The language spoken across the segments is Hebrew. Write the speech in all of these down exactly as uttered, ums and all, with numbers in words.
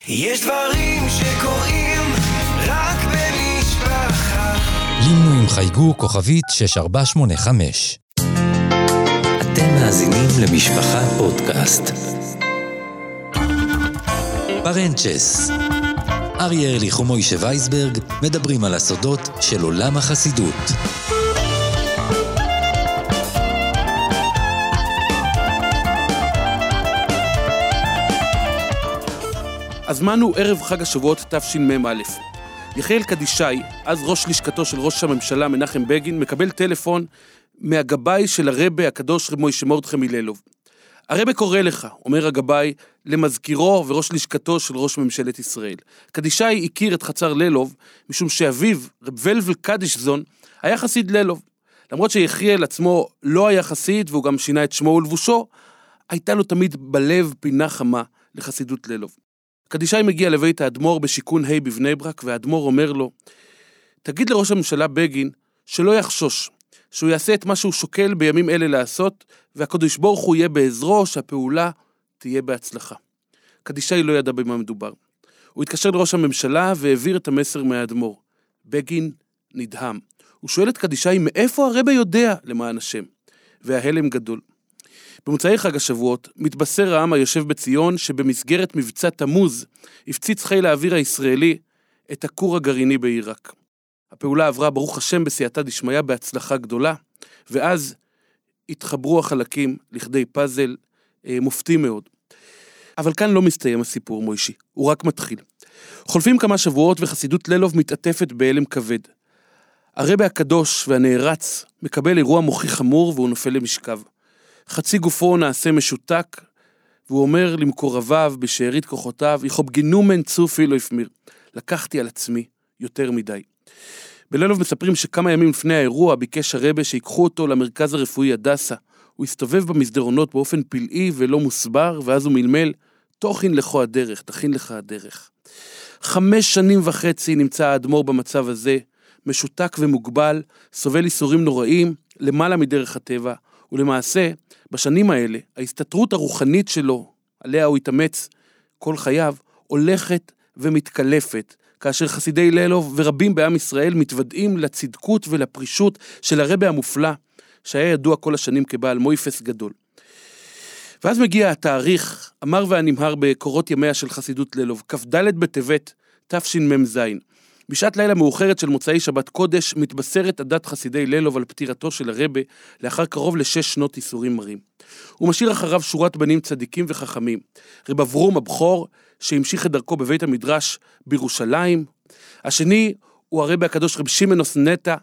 יש דברים שקורים רק במשפחה. לינו עם חייגו כוכבית שש ארבע שמונה חמש. אתם מאזינים למשפחה פודקאסט. פרנצ'ס. אריה ארליך ומוישה וייסברג מדברים על הסודות של עולם החסידות. הזמן הוא ערב חג השבועות תשמ"א. יחיאל קדישאי, אז ראש לשכתו של ראש הממשלה מנחם בגין, מקבל טלפון מהגבאי של הרבי הקדוש רב מוישה מרדכי מלילוב. הרבי קורא לך, אומר הגבאי, למזכירו וראש לשכתו של ראש ממשלת ישראל. קדישאי הכיר את חצר לילוב, משום שאביו, רב ולבל קדישזון, היה חסיד לילוב. למרות שיחיאל עצמו לא היה חסיד, והוא גם שינה את שמו ולבושו, הייתה לו תמיד בלב פינה חמה לחסידות לילוב. קדישאי מגיע לבית האדמו"ר בשיכון ה' בבני ברק, והאדמו"ר אומר לו, תגיד לראש הממשלה בגין שלא יחשוש, שהוא יעשה את מה שהוא שוקל בימים אלה לעשות, והקדוש ברוך הוא יהיה בעזרו, שהפעולה תהיה בהצלחה. קדישאי לא ידע במה מדובר. הוא התקשר לראש הממשלה והעביר את המסר מהאדמו"ר. בגין נדהם. הוא שואל את קדישאי מאיפה הרבי יודע למען השם, וההלם גדול. במוצאי חג השבועות מתבשר העם היושב בציון שבמסגרת מבצע תמוז הפציץ חיל האוויר הישראלי את הכור הגרעיני בעיראק. הפעולה עברה ברוך השם בסייעתא דשמיא בהצלחה גדולה, ואז התחברו החלקים לכדי פאזל אה, מופתי מאוד. אבל כאן לא מסתיים הסיפור מוישי, הוא רק מתחיל. חולפים כמה שבועות וחסידות לילוב מתעטפת בהלם כבד. הרבי הקדוש והנערץ מקבל אירוע מוחי חמור והוא נופל למשכב. חצי גופו נעשה משותק, והוא אומר למקורביו בשארית כוחותיו, יחוב גינומן צופי לא יפמיר. לקחתי על עצמי יותר מדי. בלילוב מספרים שכמה ימים לפני האירוע ביקש הרבי שיקחו אותו למרכז הרפואי הדסה. הוא הסתובב במסדרונות באופן פלאי ולא מוסבר, ואז הוא מלמל, תוכין לך הדרך, תכין לך הדרך. חמש שנים וחצי נמצא האדמו"ר במצב הזה, משותק ומוגבל, סובל איסורים נוראים, למעלה מדרך הטבע, ולמעשה, בשנים האלה, ההסתתרות הרוחנית שלו, עליה הוא התאמץ כל חייו, הולכת ומתקלפת, כאשר חסידי לילוב ורבים בעם ישראל מתוודעים לצדקות ולפרישות של הרבי המופלא, שהיה ידוע כל השנים כבעל מויפס גדול. ואז מגיע התאריך, אמר והנמהר בקורות ימיה של חסידות לילוב, כ"ד בטבת תשמ"ז. בשעת לילה מאוחרת של מוצאי שבת קודש, מתבשרת עדת חסידי לילוב על פטירתו של הרבי, לאחר קרוב לשש שנות איסורים מרים. הוא משאיר אחריו שורת בנים צדיקים וחכמים. רב אברום הבכור, שהמשיך את דרכו בבית המדרש בירושלים. השני הוא הרבי הקדוש רב שמעון אוסנטה,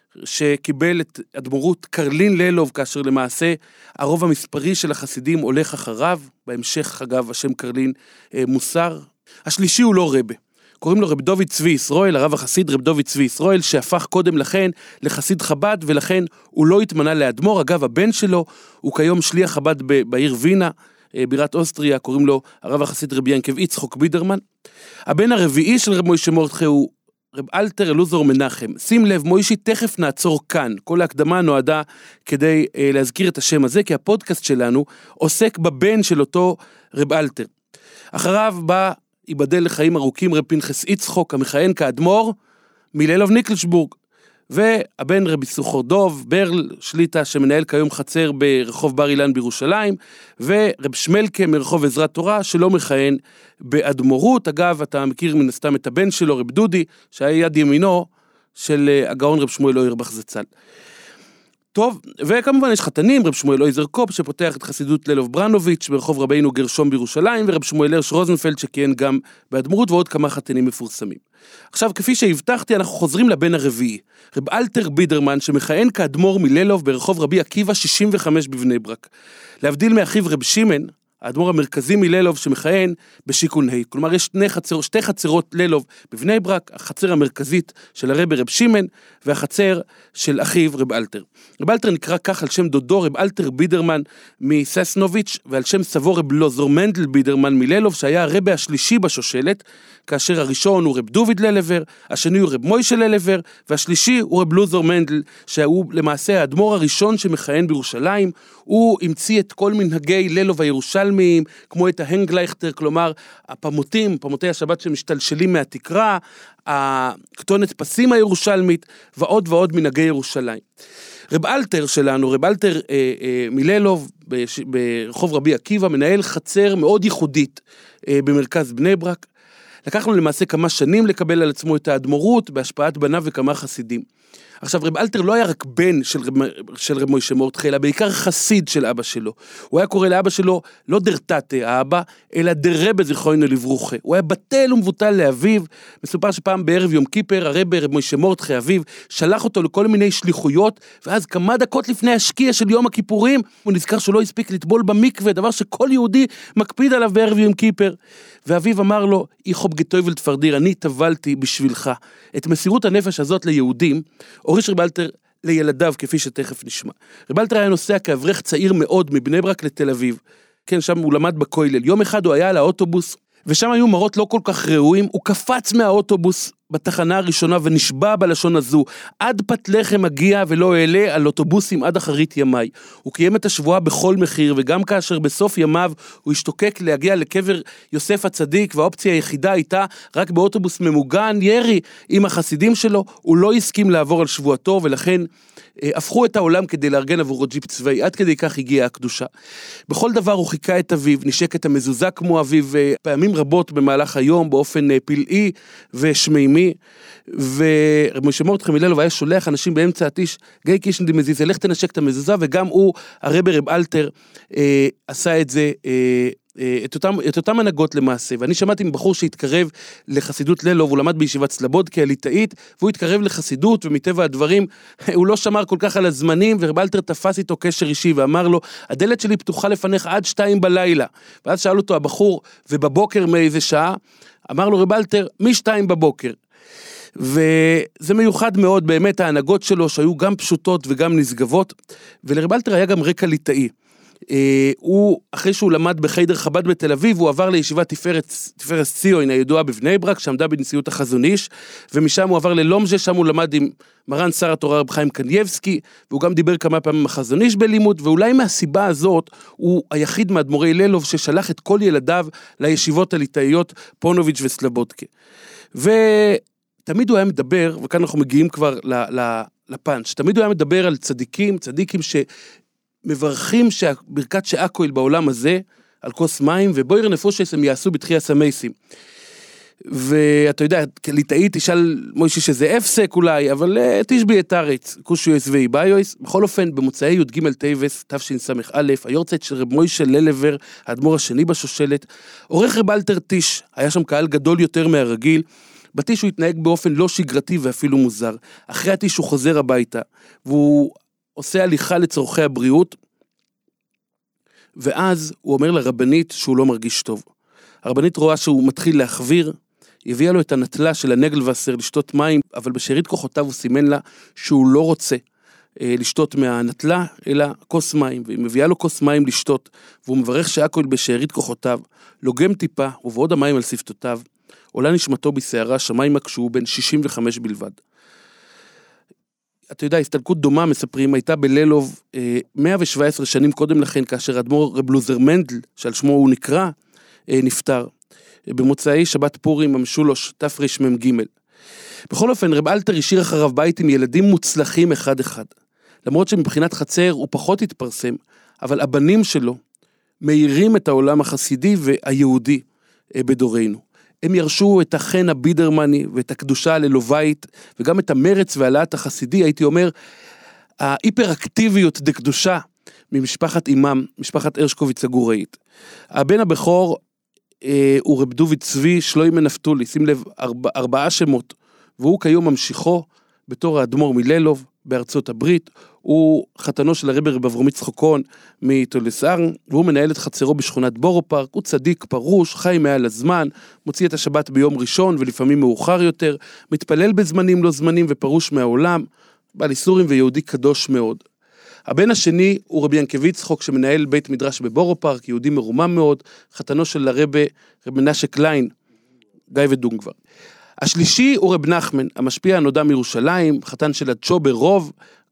שקיבל את אדמו"רות קרלין לילוב, כאשר למעשה הרוב המספרי של החסידים הולך אחריו, בהמשך אגב השם קרלין מוסר. השלישי הוא לא רבי. קוראים לו רב דוד צבי ישראל, הרב החסיד רב דוד צבי ישראל, שהפך קודם לכן לחסיד חב"ד, ולכן הוא לא התמנה לאדמו"ר. אגב, הבן שלו הוא כיום שליח חב"ד בעיר וינה, בירת אוסטריה, קוראים לו הרב החסיד רב ינקב יצחק בידרמן. הבן הרביעי של רב מוישה מרדכי הוא רב אלתר אלעזר מנחם. שים לב מוישי, תכף נעצור כאן. כל ההקדמה נועדה כדי אה, להזכיר את השם הזה, כי הפודקאסט שלנו עוסק בבן של אותו רב אלתר. אחריו בא ייבדל לחיים ארוכים רב פנחס יצחק, המכהן כאדמו"ר מלילוב ניקלשבורג, והבן רבי סוחר דוב ברל שליטה, שמנהל כיום חצר ברחוב בר אילן בירושלים, ורב שמלכה מרחוב עזרת תורה, שלא מכהן באדמו"רות. אגב, אתה מכיר מן הסתם את הבן שלו, רב דודי, שהיה יד ימינו של הגאון רב שמואל אוירבך זצ"ל. טוב, וכמובן יש חתנים, רב שמואל אויזר קופ, שפותח את חסידות לילוב ברנוביץ' ברחוב רבינו גרשום בירושלים, ורב שמואל הרש רוזנפלד שכיהן גם באדמו"רות, ועוד כמה חתנים מפורסמים. עכשיו, כפי שהבטחתי, אנחנו חוזרים לבן הרביעי, רב אלתר בידרמן, שמכהן כאדמו"ר מלילוב ברחוב רבי עקיבא שישים וחמש בבני ברק. להבדיל מאחיו רב שמעון, האדמו"ר המרכזי מלילוב שמכהן בשיכון ה'. כלומר, יש שני חצר, שתי חצרות לילוב בבני ברק, החצר המרכזית של הרבי רב שמעון, והחצר של אחיו רב אלתר. רב אלתר נקרא כך על שם דודו רב אלתר בידרמן מססנוביץ', ועל שם סבו רב לוזר מנדל בידרמן מלילוב, שהיה הרבי השלישי בשושלת, כאשר הראשון הוא רב דוד ללבר, השני הוא רב מוישה ללבר, והשלישי הוא רב לוזר מנדל, שהוא למעשה האדמו"ר הראשון שמכהן בירושלים. הוא המציא את כל מנהגי לילוב הירושלמי, ירושלמיים, כמו את ההנגלייכטר, כלומר, הפמותים, פמותי השבת שמשתלשלים מהתקרה, הכתונת פסים הירושלמית, ועוד ועוד מנהגי ירושלים. רב אלתר שלנו, רב אלתר אה, אה, מיללוב, בש, ברחוב רבי עקיבא, מנהל חצר מאוד ייחודית אה, במרכז בני ברק. לקח לו למעשה כמה שנים לקבל על עצמו את האדמו"רות, בהשפעת בניו וכמה חסידים. עכשיו, רב אלתר לא היה רק בן של רב, של רב מוישה מורדכי, אלא בעיקר חסיד של אבא שלו. הוא היה קורא לאבא שלו, לא דרתתה האבא, אלא דרבה זיכרונו לברוכה. הוא היה בטל ומבוטל לאביו, מסופר שפעם בערב יום כיפר, הרב רב מוישה מורדכי אביו, שלח אותו לכל מיני שליחויות, ואז כמה דקות לפני השקיע של יום הכיפורים, הוא נזכר שהוא לא הספיק לטבול במקווה, דבר שכל יהודי מקפיד עליו בערב יום כיפר. ואביו אמר לו, איכו בגטוי ולתפרדיר, אני טבלתי בשבילך. את מסירות הנפש הזאת ליהודים, הוריש רב אלתר לילדיו, כפי שתכף נשמע. רב אלתר היה נוסע כאברך צעיר מאוד מבני ברק לתל אביב. כן, שם הוא למד בכולל. יום אחד הוא היה על האוטובוס, ושם היו מראות לא כל כך ראויים, הוא קפץ מהאוטובוס בתחנה הראשונה ונשבע בלשון הזו, עד פת לחם מגיע ולא אעלה על אוטובוסים עד אחרית ימיי. הוא קיים את השבועה בכל מחיר, וגם כאשר בסוף ימיו הוא השתוקק להגיע לקבר יוסף הצדיק, והאופציה היחידה הייתה רק באוטובוס ממוגן, ירי עם החסידים שלו, הוא לא הסכים לעבור על שבועתו, ולכן הפכו את העולם כדי לארגן עבורו ג'יפ צבאי, עד כדי כך הגיעה הקדושה. בכל דבר הוא חיכה את אביו, נשק את המזוזה כמו אביו, פעמים רבות במהלך היום, באופן פלאי ושמימי, ורב מוישה מורדכי מיללוב היה שולח אנשים באמצע התיש, גיא קישן די מזיזה, לך תנשק את המזוזה, וגם הוא, הרב רב אלתר, אה, עשה את זה, אה, את אותם, את אותם הנהגות למעשה, ואני שמעתי מבחור שהתקרב לחסידות לילוב, הוא למד בישיבת סלבודקה הליטאית, והוא התקרב לחסידות, ומטבע הדברים, הוא לא שמר כל כך על הזמנים, ורב אלתר תפס איתו קשר אישי, ואמר לו, הדלת שלי פתוחה לפניך עד שתיים בלילה, ואז שאל אותו הבחור, ובבוקר מאיזה שעה, אמר לו רב אלתר, משתיים בבוקר, וזה מיוחד מאוד, באמת ההנהגות שלו, שהיו גם פשוטות וגם נשגבות, ולרב אלתר היה גם רקע ליטאי, הוא, אחרי שהוא למד בחיידר חב"ד בתל אביב, הוא עבר לישיבת תפארת, תפארת ציון הידועה בבני ברק, שעמדה בנשיאות החזון איש, ומשם הוא עבר ללומז'ה, שם הוא למד עם מרן שר התורה רב חיים קנייבסקי, והוא גם דיבר כמה פעמים עם החזון איש בלימוד, ואולי מהסיבה הזאת, הוא היחיד מאדמו"רי לילוב, ששלח את כל ילדיו לישיבות הליטאיות, פונוביץ' וסלבודקה. ותמיד הוא היה מדבר, וכאן אנחנו מגיעים כבר לפאנץ', תמיד הוא היה מדבר על צדיקים, צדיקים ש... מברכים שברכת שעקויל בעולם הזה, על כוס מים, ובויר נפושס הם יעשו בתחייה סמייסים. ואתה יודע, ליטאית תשאל מוישי שזה הפסק אולי, אבל תשבי את הארץ, כושו יסווי ביויס. בכל אופן, במוצאי י"ג טייבס, תשס"א, היורצייט של רב מוישה ללבר, האדמו"ר השני בשושלת, עורך רב אלתר טיש, היה שם קהל גדול יותר מהרגיל, בטיש הוא התנהג באופן לא שגרתי ואפילו מוזר. אחרי הטיש הוא חוזר הביתה, והוא עושה הליכה לצורכי הבריאות, ואז הוא אומר לרבנית שהוא לא מרגיש טוב. הרבנית רואה שהוא מתחיל להחביר, היא הביאה לו את הנטלה של הנגלווסר לשתות מים, אבל בשארית כוחותיו הוא סימן לה שהוא לא רוצה אה, לשתות מהנטלה, אלא כוס מים, והיא מביאה לו כוס מים לשתות, והוא מברך שהכל בשארית כוחותיו, לוגם טיפה, ובעוד המים על שפתותיו, עולה נשמתו בסערה, שמיים כשהוא בן שישים וחמש בלבד. אתה יודע, הסתלקות דומה, מספרים, הייתה בלילוב אה, מאה שבע עשרה שנים קודם לכן, כאשר אדמו"ר רב לוזר מנדל, שעל שמו הוא נקרא, אה, נפטר. אה, במוצאי שבת פורים המשולוש, תרמ"ג. בכל אופן, רב אלתר השאיר אחריו בית עם ילדים מוצלחים אחד אחד. למרות שמבחינת חצר הוא פחות התפרסם, אבל הבנים שלו מאירים את העולם החסידי והיהודי אה, בדורנו. הם ירשו את החן הבידרמני ואת הקדושה הלילובית, וגם את המרץ והעלאת החסידי, הייתי אומר, ההיפראקטיביות דקדושה ממשפחת אימם, משפחת הרשקוביץ הגוראית. הבן הבכור אה, הוא רב דוד צבי שלוימן נפתולי, שים לב, ארבע, ארבעה שמות, והוא כיום ממשיכו בתור האדמו"ר מלילוב בארצות הברית, הוא חתנו של הרב רב אברהם יצחקון מטולסארן, והוא מנהל את חצרו בשכונת בורו פארק, הוא צדיק פרוש, חי מעל הזמן, מוציא את השבת ביום ראשון ולפעמים מאוחר יותר, מתפלל בזמנים לא זמנים ופרוש מהעולם, בעל איסורים ויהודי קדוש מאוד. הבן השני הוא רבי ינקבי יצחק שמנהל בית מדרש בבורו פארק, יהודי מרומם מאוד, חתנו של הרב רב מנשה קליין, גיא ודונגבר. השלישי הוא רב נחמן, המשפיע הנודע מירושלים, חתן של הדשו ברוב,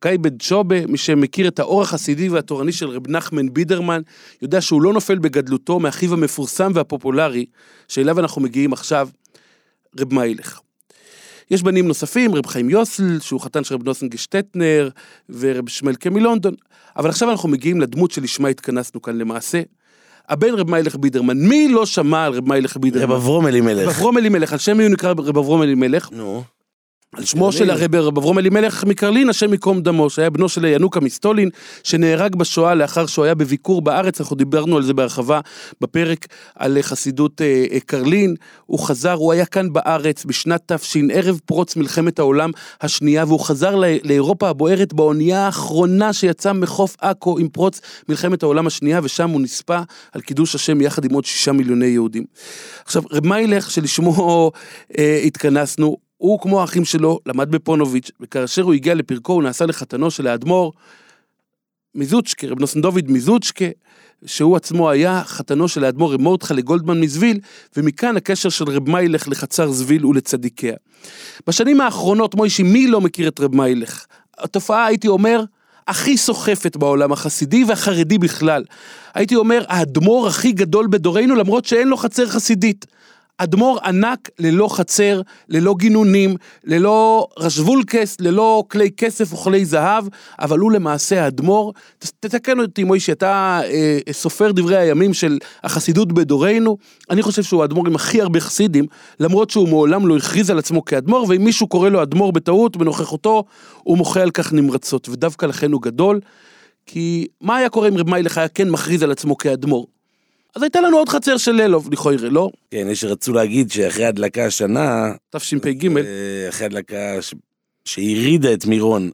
חוקאי בן שובה, מי שמכיר את האור החסידי והתורני של רב נחמן בידרמן, יודע שהוא לא נופל בגדלותו מאחיו המפורסם והפופולרי, שאליו אנחנו מגיעים עכשיו, רב מיילך. יש בנים נוספים, רב חיים יוסל, שהוא חתן של רב נוסן גשטטנר, ורב שמלכה מלונדון, אבל עכשיו אנחנו מגיעים לדמות שלשמה התכנסנו כאן למעשה, הבן רב מיילך בידרמן. מי לא שמע על רב מיילך בידרמן? רב אברום אלימלך. רב אברום אלימלך, על שם מי הוא נקרא רב אברום אלימלך? נו. על שמו של הרב אברום אלימלך מקרלין, השם מקום דמו, שהיה בנו של ינוקה מסטולין, שנהרג בשואה לאחר שהוא היה בביקור בארץ. אנחנו דיברנו על זה בהרחבה בפרק על חסידות קרלין. הוא חזר, הוא היה כאן בארץ בשנת תש"ן, ערב פרוץ מלחמת העולם השנייה, והוא חזר לאירופה הבוערת באונייה האחרונה שיצא מחוף עכו עם פרוץ מלחמת העולם השנייה, ושם הוא נספה על קידוש השם יחד עם עוד שישה מיליוני יהודים. עכשיו, רב מיילך שלשמו אה, התכנסנו, הוא כמו האחים שלו למד בפונוביץ', וכאשר הוא הגיע לפרקו הוא נעשה לחתנו של האדמו"ר מזוצ'קה, רב נוסן דוד מזוצ'קה, שהוא עצמו היה חתנו של האדמו"ר רב מרדכי לגולדמן מזוויל, ומכאן הקשר של רב מיילך לחצר זוויל ולצדיקיה. בשנים האחרונות, מוישי, מי לא מכיר את רב מיילך? התופעה, הייתי אומר, הכי סוחפת בעולם החסידי והחרדי בכלל. הייתי אומר, האדמו"ר הכי גדול בדורנו, למרות שאין לו חצר חסידית. אדמו"ר ענק ללא חצר, ללא גינונים, ללא רשוולקס, ללא כלי כסף או כלי זהב, אבל הוא למעשה האדמו"ר. תתקן אותי מוישי, אתה אה, סופר דברי הימים של החסידות בדורנו, אני חושב שהוא האדמו"ר עם הכי הרבה חסידים, למרות שהוא מעולם לא הכריז על עצמו כאדמו"ר, ואם מישהו קורא לו אדמו"ר בטעות, בנוכחותו, הוא מוחה על כך נמרצות, ודווקא לכן הוא גדול, כי מה היה קורה אם רב מיילך היה כן מכריז על עצמו כאדמו"ר? אז הייתה לנו עוד חצר של לילוב, לכאורה, לא? כן, יש שרצו להגיד שאחרי הדלקה השנה, תשפ"ג, אחרי הדלקה שהירידה את מירון,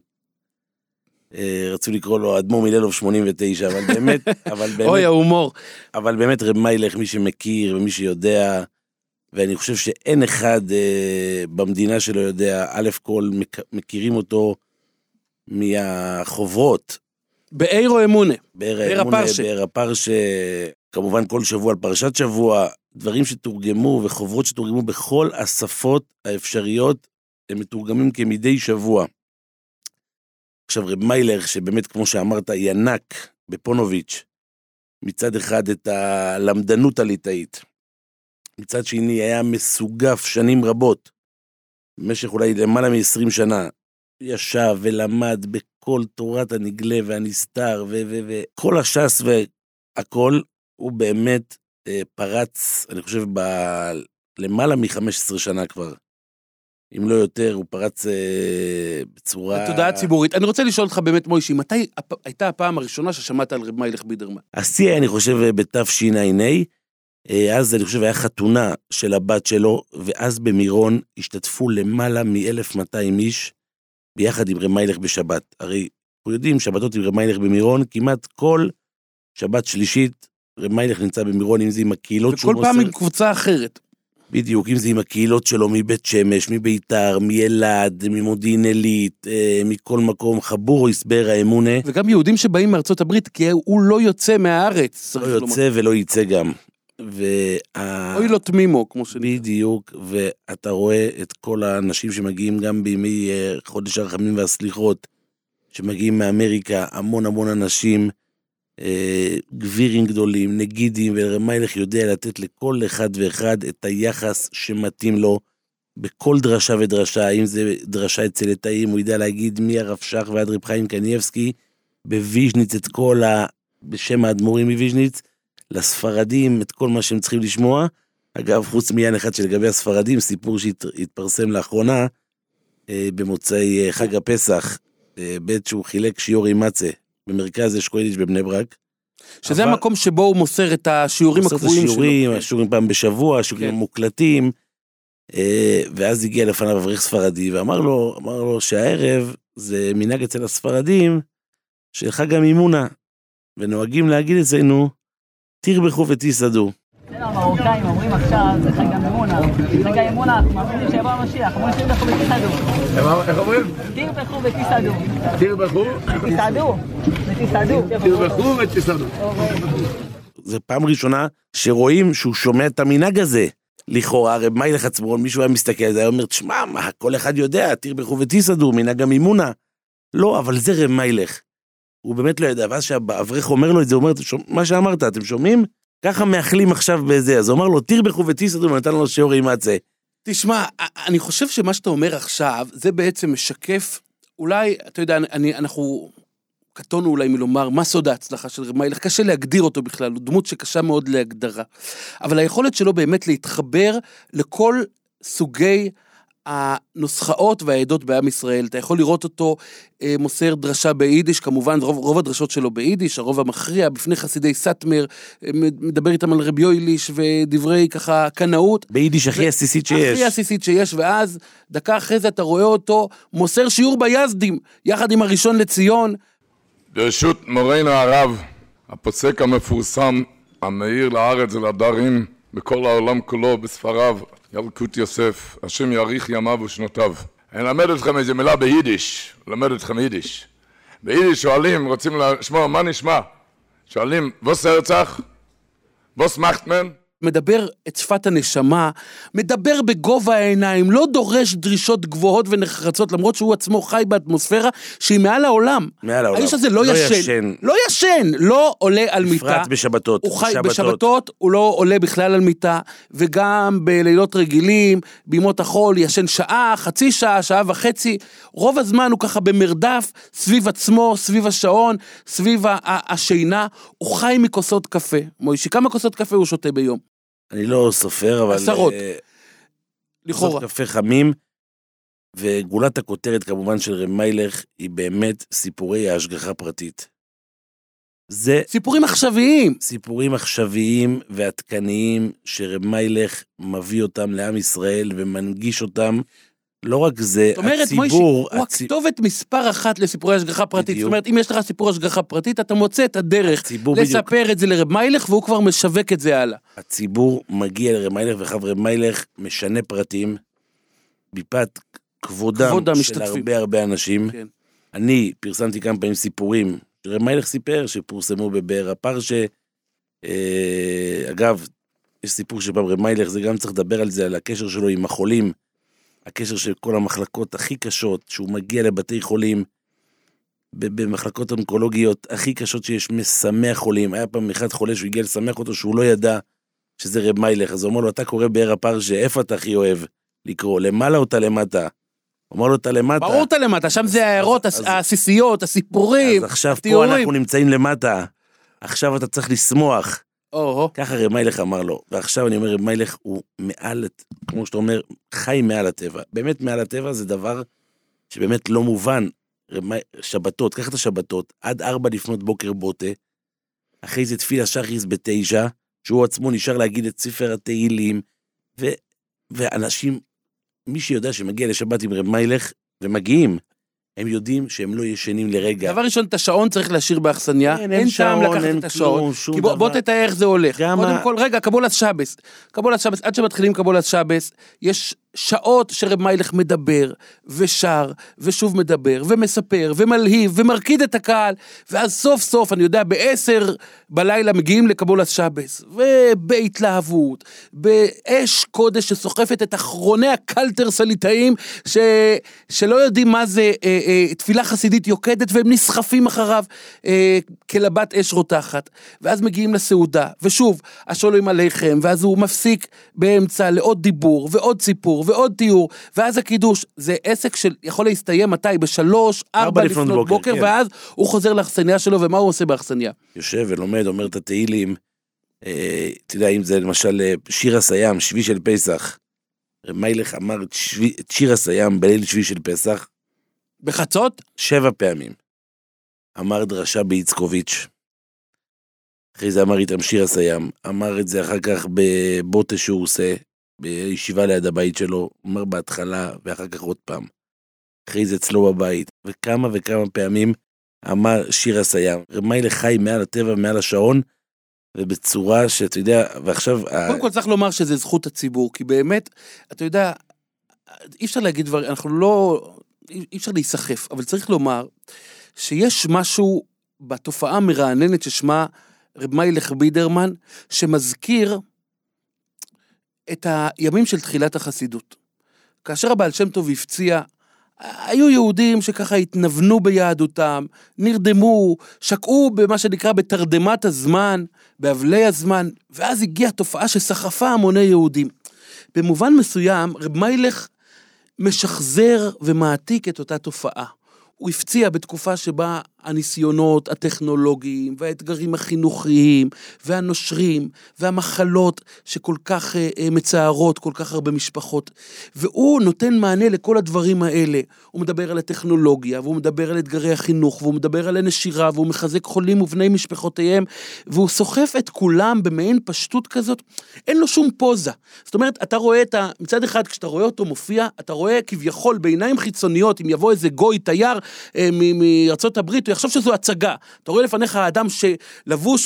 רצו לקרוא לו אדמו"ר מלילוב שמונים ותשע, אבל באמת, אבל באמת, אוי, ההומור. אבל באמת רב מיילך, מי שמכיר ומי שיודע, ואני חושב שאין אחד במדינה שלו יודע, א' כל מכירים אותו מהחוברות. באירו אמונה. באר הפרשה. באר הפרשה. כמובן כל שבוע על פרשת שבוע, דברים שתורגמו וחוברות שתורגמו בכל השפות האפשריות, הם מתורגמים כמדי שבוע. עכשיו רב מיילך, שבאמת כמו שאמרת, ינק בפונוביץ', מצד אחד את הלמדנות הליטאית, מצד שני היה מסוגף שנים רבות, במשך אולי למעלה מ-עשרים שנה, ישב ולמד בכל תורת הנגלה והנסתר, וכל הש"ס והכל, הוא באמת אה, פרץ, אני חושב, ב- למעלה מ-חמש עשרה שנה כבר. אם לא יותר, הוא פרץ אה, בצורה... התודעה הציבורית. אני רוצה לשאול אותך באמת, מוישי, מתי הפ... הייתה הפעם הראשונה ששמעת על רב מיילך בידרמן? השיא, אני חושב, בתשע"ה, אה, אז אני חושב, היה חתונה של הבת שלו, ואז במירון השתתפו למעלה מ-אלף מאתיים איש, ביחד עם רב מיילך בשבת. הרי, אנחנו יודעים, שבתות עם רב מיילך במירון, כמעט כל שבת שלישית, רב מיילך נמצא במירון, אם זה עם הקהילות שלו. וכל פעם עם קבוצה אחרת. בדיוק, אם זה עם הקהילות שלו, מבית שמש, מביתר, מילד, ממודיעין עילית, אה, מכל מקום, חבור או הסבר האמונה. וגם יהודים שבאים מארצות הברית, כי הוא לא יוצא מהארץ. לא יוצא לומר. ולא יצא גם. וה... אוי לא תמימו, כמו שנקרא. בדיוק, ואתה רואה את כל האנשים שמגיעים גם בימי חודש הרחמים והסליחות, שמגיעים מאמריקה, המון המון אנשים, גבירים גדולים, נגידים, ורב מיילך יודע לתת לכל אחד ואחד את היחס שמתאים לו, בכל דרשה ודרשה, אם זה דרשה אצל ליטאים, הוא יודע להגיד מי הרב שך ועד רב חיים קניבסקי, בוויז'ניץ את כל ה... בשם האדמו"רים מוויז'ניץ, לספרדים את כל מה שהם צריכים לשמוע. אגב, חוץ מעניין אחד שלגבי הספרדים, סיפור שהתפרסם לאחרונה, במוצאי חג הפסח, בית שהוא חילק שיעורי מצה, במרכז אשכוליץ' בבני ברק. שזה אבל... המקום שבו הוא מוסר את השיעורים הקבועים שלו. השיעורים, השיעורים פעם בשבוע, השיעורים כן. מוקלטים, ואז הגיע לפניו אברך ספרדי, ואמר לו, אמר לו שהערב זה מנהג אצל הספרדים, של חג המימונה, ונוהגים להגיד אצלנו, תרבחו ותיסעדו. המרוקאים אומרים עכשיו, זה חג המימונה, חג המימונה, אנחנו מאמינים שיבוא המשיח, אומרים תרבחו ותיסעדו. איך אומרים? תרבחו ותיסעדו. תרבחו? ותיסעדו. ותיסעדו. תרבחו ותיסעדו. זה פעם ראשונה שרואים שהוא שומע את המנהג הזה. לכאורה, רב מיילך עצמו, מישהו היה מסתכל על זה, היה אומר, תשמע, מה, כל אחד יודע, תרבחו ותיסעדו, מנהג המימונה. לא, אבל זה רב מיילך. הוא באמת לא ידע, ואז שהאברך אומר לו את זה, הוא אומר, מה שאמרת, אתם שומעים? ככה מאכלים עכשיו בזה, אז הוא אמר לו, תרבחו ותסעדו, ונתן לו שיעור אימצה. תשמע, אני חושב שמה שאתה אומר עכשיו, זה בעצם משקף, אולי, אתה יודע, אני, אנחנו קטונו אולי מלומר, מה סוד ההצלחה של רב מיילך? קשה להגדיר אותו בכלל, הוא דמות שקשה מאוד להגדרה. אבל היכולת שלו באמת להתחבר לכל סוגי הנוסחאות והעדות בעם ישראל. אתה יכול לראות אותו אה, מוסר דרשה ביידיש, כמובן רוב, רוב הדרשות שלו ביידיש, הרוב המכריע, בפני חסידי סטמר, אה, מדבר איתם על רבי יויליש ודברי ככה קנאות. ביידיש הכי עסיסית שיש. הכי עסיסית שיש, ואז דקה אחרי זה אתה רואה אותו מוסר שיעור ביזדים, יחד עם הראשון לציון. ברשות מורנו הרב, הפוסק המפורסם, המאיר לארץ ולדרים, בכל העולם כולו בספריו, ילקוט יוסף, השם יאריך ימיו ושנותיו. אני אלמד אתכם איזה מילה ביידיש, אלמד אתכם יידיש. ביידיש שואלים, רוצים לשמוע, מה נשמע? שואלים, ווס הרצח? ווס מאכט מן? מדבר את שפת הנשמה, מדבר בגובה העיניים, לא דורש דרישות גבוהות ונחרצות, למרות שהוא עצמו חי באטמוספירה שהיא מעל העולם. מעל העולם. האיש הזה לא, לא ישן, ישן. לא ישן, לא עולה על מיטה. בפרט בשבתות. הוא חי בשבתות. בשבתות, הוא לא עולה בכלל על מיטה, וגם בלילות רגילים, בימות החול, ישן שעה, חצי שעה, שעה וחצי, רוב הזמן הוא ככה במרדף, סביב עצמו, סביב השעון, סביב השינה, הוא חי מכוסות קפה. מוישי, כמה כוסות קפה הוא שותה ביום? אני לא סופר, אבל... עשרות. לכאורה. כוסות קפה חמים, וגולת הכותרת כמובן של רב מיילך, היא באמת סיפורי ההשגחה פרטית. זה... סיפורים עכשוויים. סיפורים עכשוויים ועדכניים, שרב מיילך מביא אותם לעם ישראל, ומנגיש אותם. לא רק זה, זאת אומרת, הציבור... מוישי, הוא הצ... הכתובת מספר אחת לסיפורי השגחה פרטית. בדיוק. זאת אומרת, אם יש לך סיפור השגחה פרטית, אתה מוצא את הדרך לספר בדיוק. את זה לרב מיילך, והוא כבר משווק את זה הלאה. הציבור מגיע לרב מיילך, וחב רב מיילך משנה פרטים, מפאת כבודם כבוד של המשתתפים. הרבה הרבה אנשים. כן. אני פרסמתי כמה פעמים סיפורים, שרב מיילך סיפר, שפורסמו בבאר הפרשה. אה, אגב, יש סיפור שפעם רב מיילך, זה גם צריך לדבר על זה, על הקשר שלו עם החולים, הקשר של כל המחלקות הכי קשות, שהוא מגיע לבתי חולים, במחלקות אונקולוגיות הכי קשות שיש, משמח חולים. היה פעם אחד חולה שהוא הגיע לשמח אותו, שהוא לא ידע שזה רב מיילך, אז הוא אומר לו, אתה קורא באר הפרשה, איפה אתה הכי אוהב לקרוא? למעלה או אתה למטה? הוא אומר לו, אתה למטה. ברור אתה למטה, שם זה ההערות, העסיסיות, הסיפורים, אז עכשיו התיאורים. פה אנחנו נמצאים למטה, עכשיו אתה צריך לשמוח. או, ככה רב מיילך אמר לו, ועכשיו אני אומר, רב מיילך הוא מעל, כמו שאתה אומר, חי מעל הטבע. באמת מעל הטבע זה דבר שבאמת לא מובן. שבתות, קח את השבתות, עד ארבע לפנות בוקר בוטה, אחרי זה תפילה שחריס בתשע, שהוא עצמו נשאר להגיד את ספר התהילים, ו, ואנשים, מי שיודע שמגיע לשבת עם רב מיילך, ומגיעים, הם יודעים שהם לא ישנים לרגע. דבר ראשון, את השעון צריך להשאיר באכסניה, אין, אין טעם לקחת את השעון, כי בוא, בוא תתאר איך זה הולך. קודם ה... כל, רגע, קבולת שבס, קבולת שבס, עד שמתחילים קבולת שבס, יש שעות שרב מיילך מדבר, ושר, ושוב מדבר, ומספר, ומלהיב, ומרקיד את הקהל, ואז סוף סוף, אני יודע, בעשר בלילה מגיעים לקבולת שבס, ובהתלהבות, באש קודש שסוחפת את אחרוני הקלטר סליטאים, ש... שלא יודעים מה זה אה, אה, תפילה חסידית יוקדת, והם נסחפים אחריו אה, כלבת אש רותחת, ואז מגיעים לסעודה, ושוב, השלום עליכם, ואז הוא מפסיק באמצע לעוד דיבור, ועוד סיפור, ועוד תיאור, ואז הקידוש, זה עסק שיכול להסתיים מתי? בשלוש, ארבע לפנות בוקר, בוקר כן. ואז הוא חוזר לאכסניה שלו, ומה הוא עושה באכסניה? יושב ולומד, אומר את התהילים, אה, אתה יודע, אם זה למשל שיר הסיים, שבי של פסח, רב מיילך אמר את, שבי, את שיר הסיים בליל שבי של פסח, בחצות? שבע פעמים. אמר דרשה ביצקוביץ', אחרי זה אמר איתם שיר הסיים, אמר את זה אחר כך בבוטה שהוא עושה, בישיבה ליד הבית שלו, אמר בהתחלה, ואחר כך עוד פעם. אחרי זה אצלו בבית, וכמה וכמה פעמים אמר שיר הסיים. רב מיילך חי מעל הטבע, מעל השעון, ובצורה שאתה יודע, ועכשיו... קודם כל צריך לומר שזה זכות הציבור, כי באמת, אתה יודע, אי אפשר להגיד דברים, אנחנו לא... אי אפשר להיסחף, אבל צריך לומר שיש משהו בתופעה מרעננת ששמה רב מיילך בידרמן, שמזכיר את הימים של תחילת החסידות. כאשר הבעל שם טוב הפציע היו יהודים שככה התנוונו ביהדותם, נרדמו, שקעו במה שנקרא בתרדמת הזמן, באבלי הזמן, ואז הגיעה תופעה שסחפה המוני יהודים. במובן מסוים, רב מיילך משחזר ומעתיק את אותה תופעה. הוא הפציע בתקופה שבה הניסיונות הטכנולוגיים והאתגרים החינוכיים והנושרים והמחלות שכל כך uh, מצערות כל כך הרבה משפחות, והוא נותן מענה לכל הדברים האלה. הוא מדבר על הטכנולוגיה, והוא מדבר על אתגרי החינוך, והוא מדבר על הנשירה, והוא מחזק חולים ובני משפחותיהם, והוא סוחף את כולם במעין פשטות כזאת. אין לו שום פוזה. זאת אומרת, אתה רואה את ה... מצד אחד, כשאתה רואה אותו מופיע, אתה רואה כביכול בעיניים חיצוניות, אם יבוא איזה גוי תייר אה, מארצות הברית, הוא יחשוב שזו הצגה. אתה רואה לפניך האדם שלבוש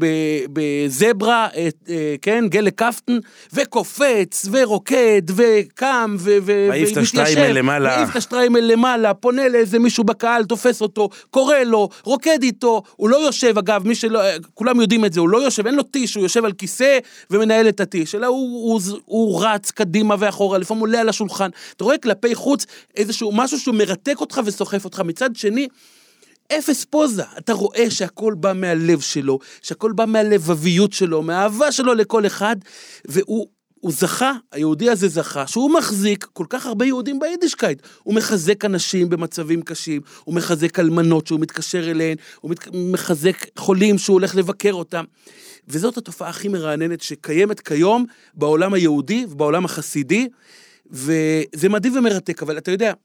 בזברה, כן, גלה קפטן, וקופץ, ורוקד, וקם, מעיף את השטריימל למעלה. מעיף את השטריימל למעלה, פונה לאיזה מישהו בקהל, תופס אותו, קורא לו, רוקד איתו, הוא לא יושב, אגב, מי שלא, כולם יודעים את זה, הוא לא יושב, אין לו טיש, הוא יושב על כיסא ומנהל את הטיש, אלא הוא, הוא, הוא רץ קדימה ואחורה, לפעמים עולה על השולחן. אתה רואה כלפי חוץ איזשהו משהו שהוא מרתק אותך וסוחף אותך. מצד שני, אפס פוזה, אתה רואה שהכל בא מהלב שלו, שהכל בא מהלבביות שלו, מהאהבה שלו לכל אחד, והוא הוא זכה, היהודי הזה זכה, שהוא מחזיק כל כך הרבה יהודים ביידישקייט, הוא מחזק אנשים במצבים קשים, הוא מחזק אלמנות שהוא מתקשר אליהן, הוא מחזק חולים שהוא הולך לבקר אותם, וזאת התופעה הכי מרעננת שקיימת כיום בעולם היהודי ובעולם החסידי, וזה מדהים ומרתק, אבל אתה יודע,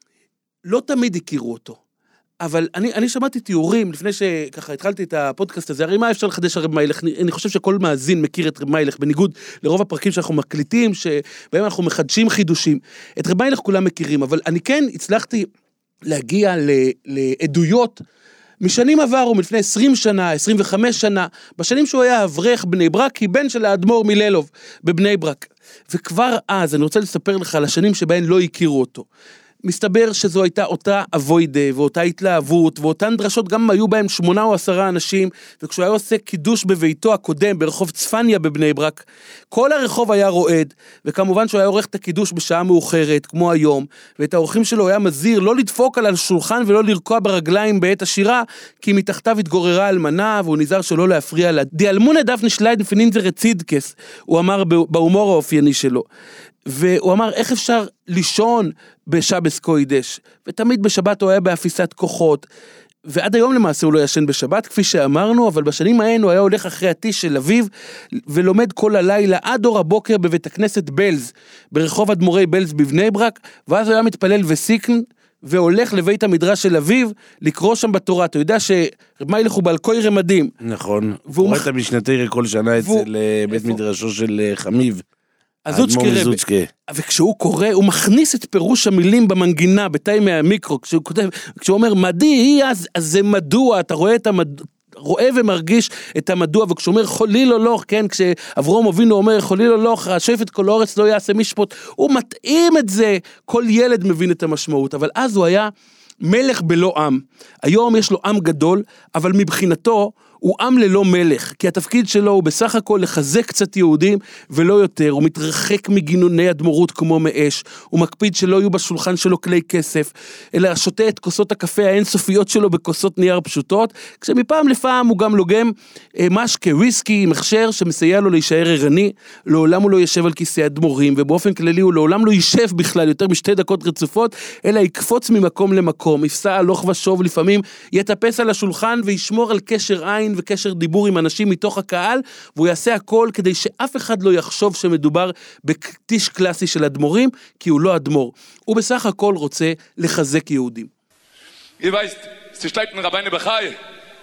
לא תמיד הכירו אותו, אבל אני, אני שמעתי תיאורים, לפני שככה התחלתי את הפודקאסט הזה, הרי מה אפשר לחדש הרב מיילך? אני, אני חושב שכל מאזין מכיר את רב מיילך, בניגוד לרוב הפרקים שאנחנו מקליטים, שבהם אנחנו מחדשים חידושים. את רב מיילך כולם מכירים, אבל אני כן הצלחתי להגיע ל, לעדויות משנים עברו, מלפני עשרים שנה, עשרים וחמש שנה, בשנים שהוא היה אברך בני ברק, כי בן של האדמו"ר מלילוב בבני ברק. וכבר אז, אני רוצה לספר לך על השנים שבהן לא הכירו אותו. מסתבר שזו הייתה אותה אבוידה, ואותה התלהבות, ואותן דרשות גם היו בהם שמונה או עשרה אנשים, וכשהוא היה עושה קידוש בביתו הקודם, ברחוב צפניה בבני ברק, כל הרחוב היה רועד, וכמובן שהוא היה עורך את הקידוש בשעה מאוחרת, כמו היום, ואת האורחים שלו היה מזהיר לא לדפוק על השולחן ולא לרקוע ברגליים בעת השירה, כי מתחתיו התגוררה אלמנה, והוא נזהר שלא להפריע לה. די אלמונה דפני שליידן פנינזר צידקס, הוא אמר בהומור האופייני שלו. והוא אמר, איך אפשר לישון בשבס קוידש? ותמיד בשבת הוא היה באפיסת כוחות, ועד היום למעשה הוא לא ישן בשבת, כפי שאמרנו, אבל בשנים ההן הוא היה הולך אחרי הטיש של אביו, ולומד כל הלילה עד אור הבוקר בבית הכנסת בלז, ברחוב אדמו"רי בלז בבני ברק, ואז הוא היה מתפלל וסיקן, והולך לבית המדרש של אביו, לקרוא שם בתורה. אתה יודע שרב מיילך הוא בעל קוי רמדים. נכון, הוא רואה את המשנתרא כל שנה אצל בית מדרשו של חמיב. הזוצ'קי רבי, וכשהוא קורא, הוא מכניס את פירוש המילים במנגינה, בתאי מהמיקרו, כשהוא כותב, כשהוא אומר, מדי היא, אז, אז זה מדוע, אתה רואה את המדוע, רואה ומרגיש את המדוע, וכשהוא אומר חוליל או לא, כן, כשאברום אבינו אומר חוליל או לא, השפט כל אורץ לא יעשה משפוט, הוא מתאים את זה, כל ילד מבין את המשמעות, אבל אז הוא היה מלך בלא עם, היום יש לו עם גדול, אבל מבחינתו, הוא עם ללא מלך, כי התפקיד שלו הוא בסך הכל לחזק קצת יהודים ולא יותר, הוא מתרחק מגינוני אדמו"רות כמו מאש, הוא מקפיד שלא יהיו בשולחן שלו כלי כסף, אלא שותה את כוסות הקפה האינסופיות שלו בכוסות נייר פשוטות, כשמפעם לפעם הוא גם לוגם אה, משקה, וויסקי, מחשר שמסייע לו להישאר ערני, לעולם הוא לא ישב על כיסא אדמו"רים, ובאופן כללי הוא לעולם לא יישב בכלל יותר משתי דקות רצופות, אלא יקפוץ ממקום למקום, יפסע הלוך ושוב, לפעמים יטפס על השולחן וישמור על קשר עין וקשר דיבור עם אנשים מתוך הקהל, והוא יעשה הכל כדי שאף אחד לא יחשוב שמדובר בקטיש קלאסי של אדמו"רים, כי הוא לא אדמו"ר. הוא בסך הכל רוצה לחזק יהודים. Ihr weißt, sie steigt ein Rabbeine Bechai.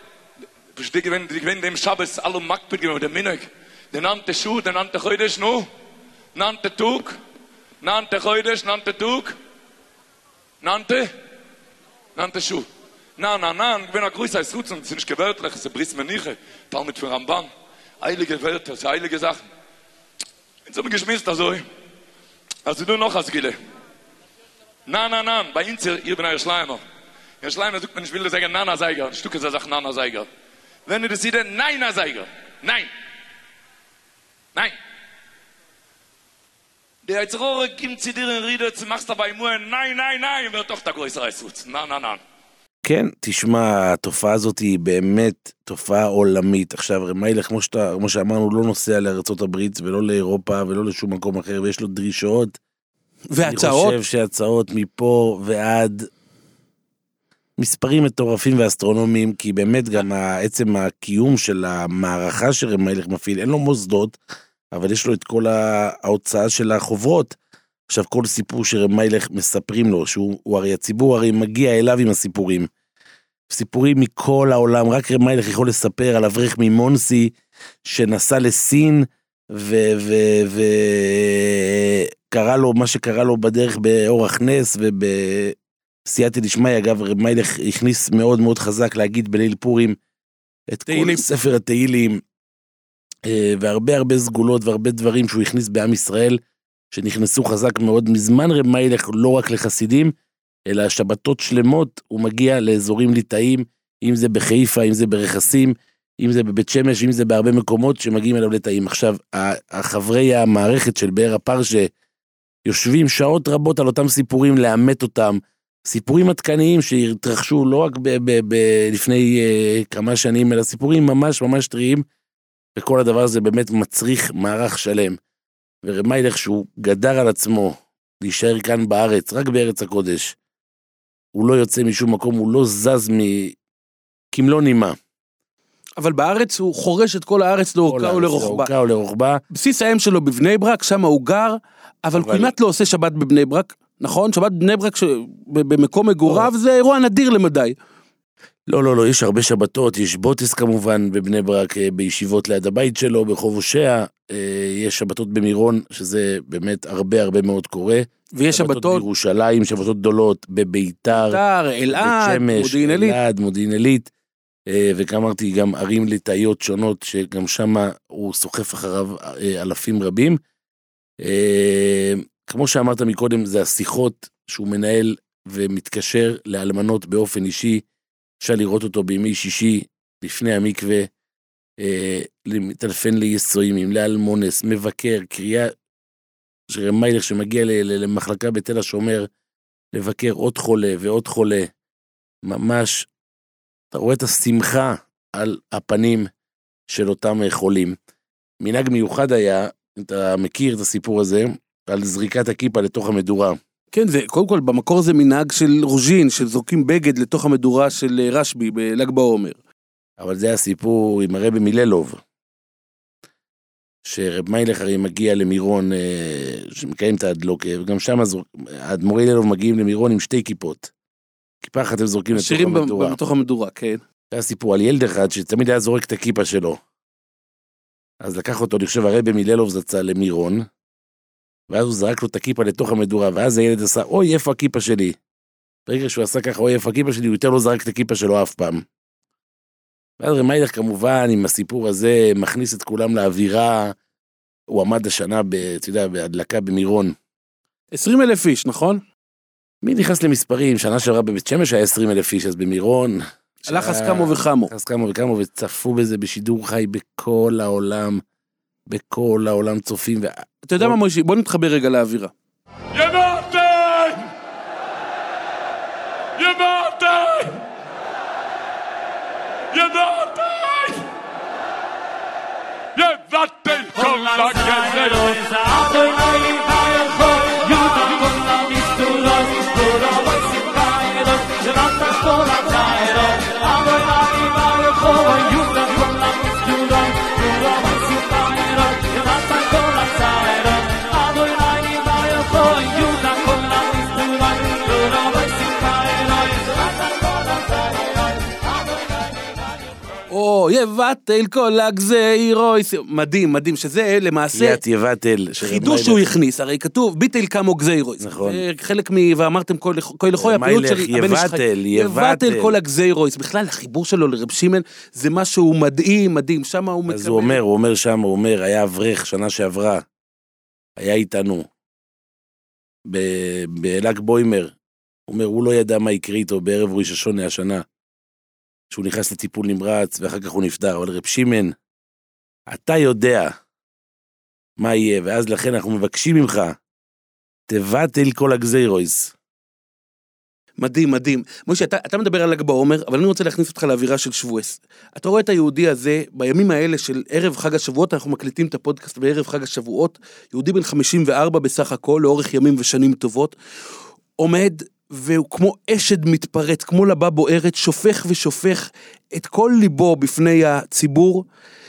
Die gewinnen, die gewinnen dem Schabbos alle Makbid, der Minig. Der nannte Schuh, der nannte Chodesh, nu? Nannte Tug, nannte Chodesh, nannte Tug, nannte, nannte Schuh. Na, na, na, ich bin ein größer Schutz und es ist nicht gewörtlich, es ist ein Briss Meniche, Talmud für Ramban, heilige Wörter, heilige Sachen. Und so bin ich geschmissen, also, also du noch als Gile. Na, na, na, bei uns hier, ihr bin ein Schleimer. Ein Schleimer sagt man, ich will dir sagen, Nana-Seiger, ein Stück ist er sagt Nana-Seiger. Wenn du das siehst, Nein-Seiger, nein, nein. Der Zrohre gibt sie dir in Riede, du machst dabei nur nein, nein, nein, wird doch der größere Eisut. Nein, nein, nein. כן, תשמע, התופעה הזאת היא באמת תופעה עולמית. עכשיו, רמיילך, כמו, שאתה, כמו שאמרנו, לא נוסע לארצות הברית ולא לאירופה ולא לשום מקום אחר, ויש לו דרישות. והצעות? אני חושב שהצעות מפה ועד מספרים מטורפים ואסטרונומיים, כי באמת גם עצם הקיום של המערכה שרמיילך מפעיל, אין לו מוסדות, אבל יש לו את כל ההוצאה של החוברות. עכשיו, כל סיפור שרמיילך מספרים לו, שהוא הוא הרי הציבור הרי מגיע אליו עם הסיפורים. סיפורים מכל העולם, רק רמיילך יכול לספר על אברך ממונסי, שנסע לסין, וקרא לו מה שקרה לו בדרך באורח נס, ובסייעתא דשמיא, אגב, רמיילך הכניס מאוד מאוד חזק להגיד בליל פורים, את כל ספר התהילים, והרבה הרבה סגולות, והרבה דברים שהוא הכניס בעם ישראל, שנכנסו חזק מאוד מזמן רמיילך, לא רק לחסידים, אלא שבתות שלמות, הוא מגיע לאזורים ליטאים, אם זה בחיפה, אם זה ברכסים, אם זה בבית שמש, אם זה בהרבה מקומות שמגיעים אליו ליטאים. עכשיו, החברי המערכת של באר הפרשה, יושבים שעות רבות על אותם סיפורים, לאמת אותם, סיפורים עדכניים שהתרחשו לא רק ב- ב- ב- לפני uh, כמה שנים, אלא סיפורים ממש ממש טריים, וכל הדבר הזה באמת מצריך מערך שלם. ורמיילך שהוא גדר על עצמו, להישאר כאן בארץ, רק בארץ הקודש, הוא לא יוצא משום מקום, הוא לא זז מכמלוא נימה. אבל בארץ הוא חורש את כל הארץ לאורכה ולרוחבה. לאורכה ולרוחבה. בסיס האם שלו בבני ברק, שם הוא גר, אבל, אבל... כמעט לא עושה שבת בבני ברק, נכון? שבת בבני ברק ש... במקום מגוריו זה אירוע נדיר למדי. לא, לא, לא, יש הרבה שבתות, יש בוטס כמובן בבני ברק, בישיבות ליד הבית שלו, ברחוב הושע, יש שבתות במירון, שזה באמת הרבה הרבה מאוד קורה. ויש שבתות, שבתות בירושלים, שבתות גדולות, בביתר, ביתר, אלעד, מודיעין עילית. אלעד, מודיעין עילית, וכאמרתי גם ערים ליטאיות שונות, שגם שם הוא סוחף אחריו אלפים רבים. כמו שאמרת מקודם, זה השיחות שהוא מנהל ומתקשר לאלמנות באופן אישי, אפשר לראות אותו בימי שישי, לפני המקווה, אה, לטלפן ליסוימים, לאלמונס, מבקר, קריאה, שרמיילך שמגיע ל- ל- למחלקה בתל השומר, לבקר עוד חולה ועוד חולה, ממש, אתה רואה את השמחה על הפנים של אותם חולים. מנהג מיוחד היה, אתה מכיר את הסיפור הזה, על זריקת הכיפה לתוך המדורה. כן, זה, קודם כל, במקור זה מנהג של רוז'ין, שזורקים בגד לתוך המדורה של רשבי, בל"ג בעומר. אבל זה הסיפור עם הרבי מיללוב, שרב מיילך הרי מגיע למירון, שמקיים את ההדלוקה, וגם שם האדמו"רי מיללוב מגיעים למירון עם שתי כיפות. כיפה אחת הם זורקים לתוך המדורה. בתוך המדורה, כן. זה הסיפור על ילד אחד, שתמיד היה זורק את הכיפה שלו. אז לקח אותו, אני חושב, הרבי מיללוב זצה למירון, ואז הוא זרק לו את הכיפה לתוך המדורה, ואז הילד עשה, אוי, איפה הכיפה שלי? ברגע שהוא עשה ככה, אוי, איפה הכיפה שלי, הוא יותר לא זרק את הכיפה שלו אף פעם. ואז רמיילך כמובן, עם הסיפור הזה, מכניס את כולם לאווירה, הוא עמד השנה, אתה יודע, בהדלקה במירון. עשרים אלף איש, נכון? מי נכנס למספרים? שנה שעברה בבית שמש היה עשרים אלף איש, אז במירון... הלך הסכמו וחמו. הסכמו וחמו, וצפו בזה בשידור חי בכל העולם, בכל העולם צופים. אתה יודע מה מוישי, בוא נתחבר רגע לאווירה. ימרתם! ימרתם! ימרתם! יבטל כל הגזרות! אבוי נוי ויכול יודם כל המסתורות מסתורות וסיפיירות שבטל כל הציירות אבוי נוי ויכול יודם כל המסתורות מסתורות וסיפיירות שבטל כל הציירות אבוי נוי ויכול יודם כל המסתורות מסתורות וסיפיירות שבטל כל הציירות אבוי נוי ויכול או, יבטל כל הגזירות. מדהים, מדהים, שזה למעשה... קריאת יבטל. חידוש שהוא הכניס, הרי כתוב, ביטל כמו גזירות. נכון. חלק מ... ואמרתם כל לכוי הפעילות של הבן איש חי. יבטל, יבטל. כל הגזירות. בכלל, החיבור שלו לרב שמעון, זה משהו מדהים, מדהים. שם הוא מקבל... אז הוא אומר, הוא אומר שם, הוא אומר, היה אברך שנה שעברה, היה איתנו, בל"ג בעומר. הוא אומר, הוא לא ידע מה יקרה איתו בערב ראש השונה השנה. שהוא נכנס לטיפול נמרץ, ואחר כך הוא נפטר, אבל רב שמעון, אתה יודע מה יהיה, ואז לכן אנחנו מבקשים ממך, תבטל כל הגזירויס. מדהים, מדהים. משה, אתה, אתה מדבר על ל"ג בעומר, אבל אני רוצה להכניס אותך לאווירה של שבועס. אתה רואה את היהודי הזה, בימים האלה של ערב חג השבועות, אנחנו מקליטים את הפודקאסט בערב חג השבועות, יהודי בן חמישים וארבע בסך הכל, לאורך ימים ושנים טובות, עומד והוא כמו אשד מתפרץ, כמו לבה בוערת, שופך ושופך את כל ליבו בפני הציבור,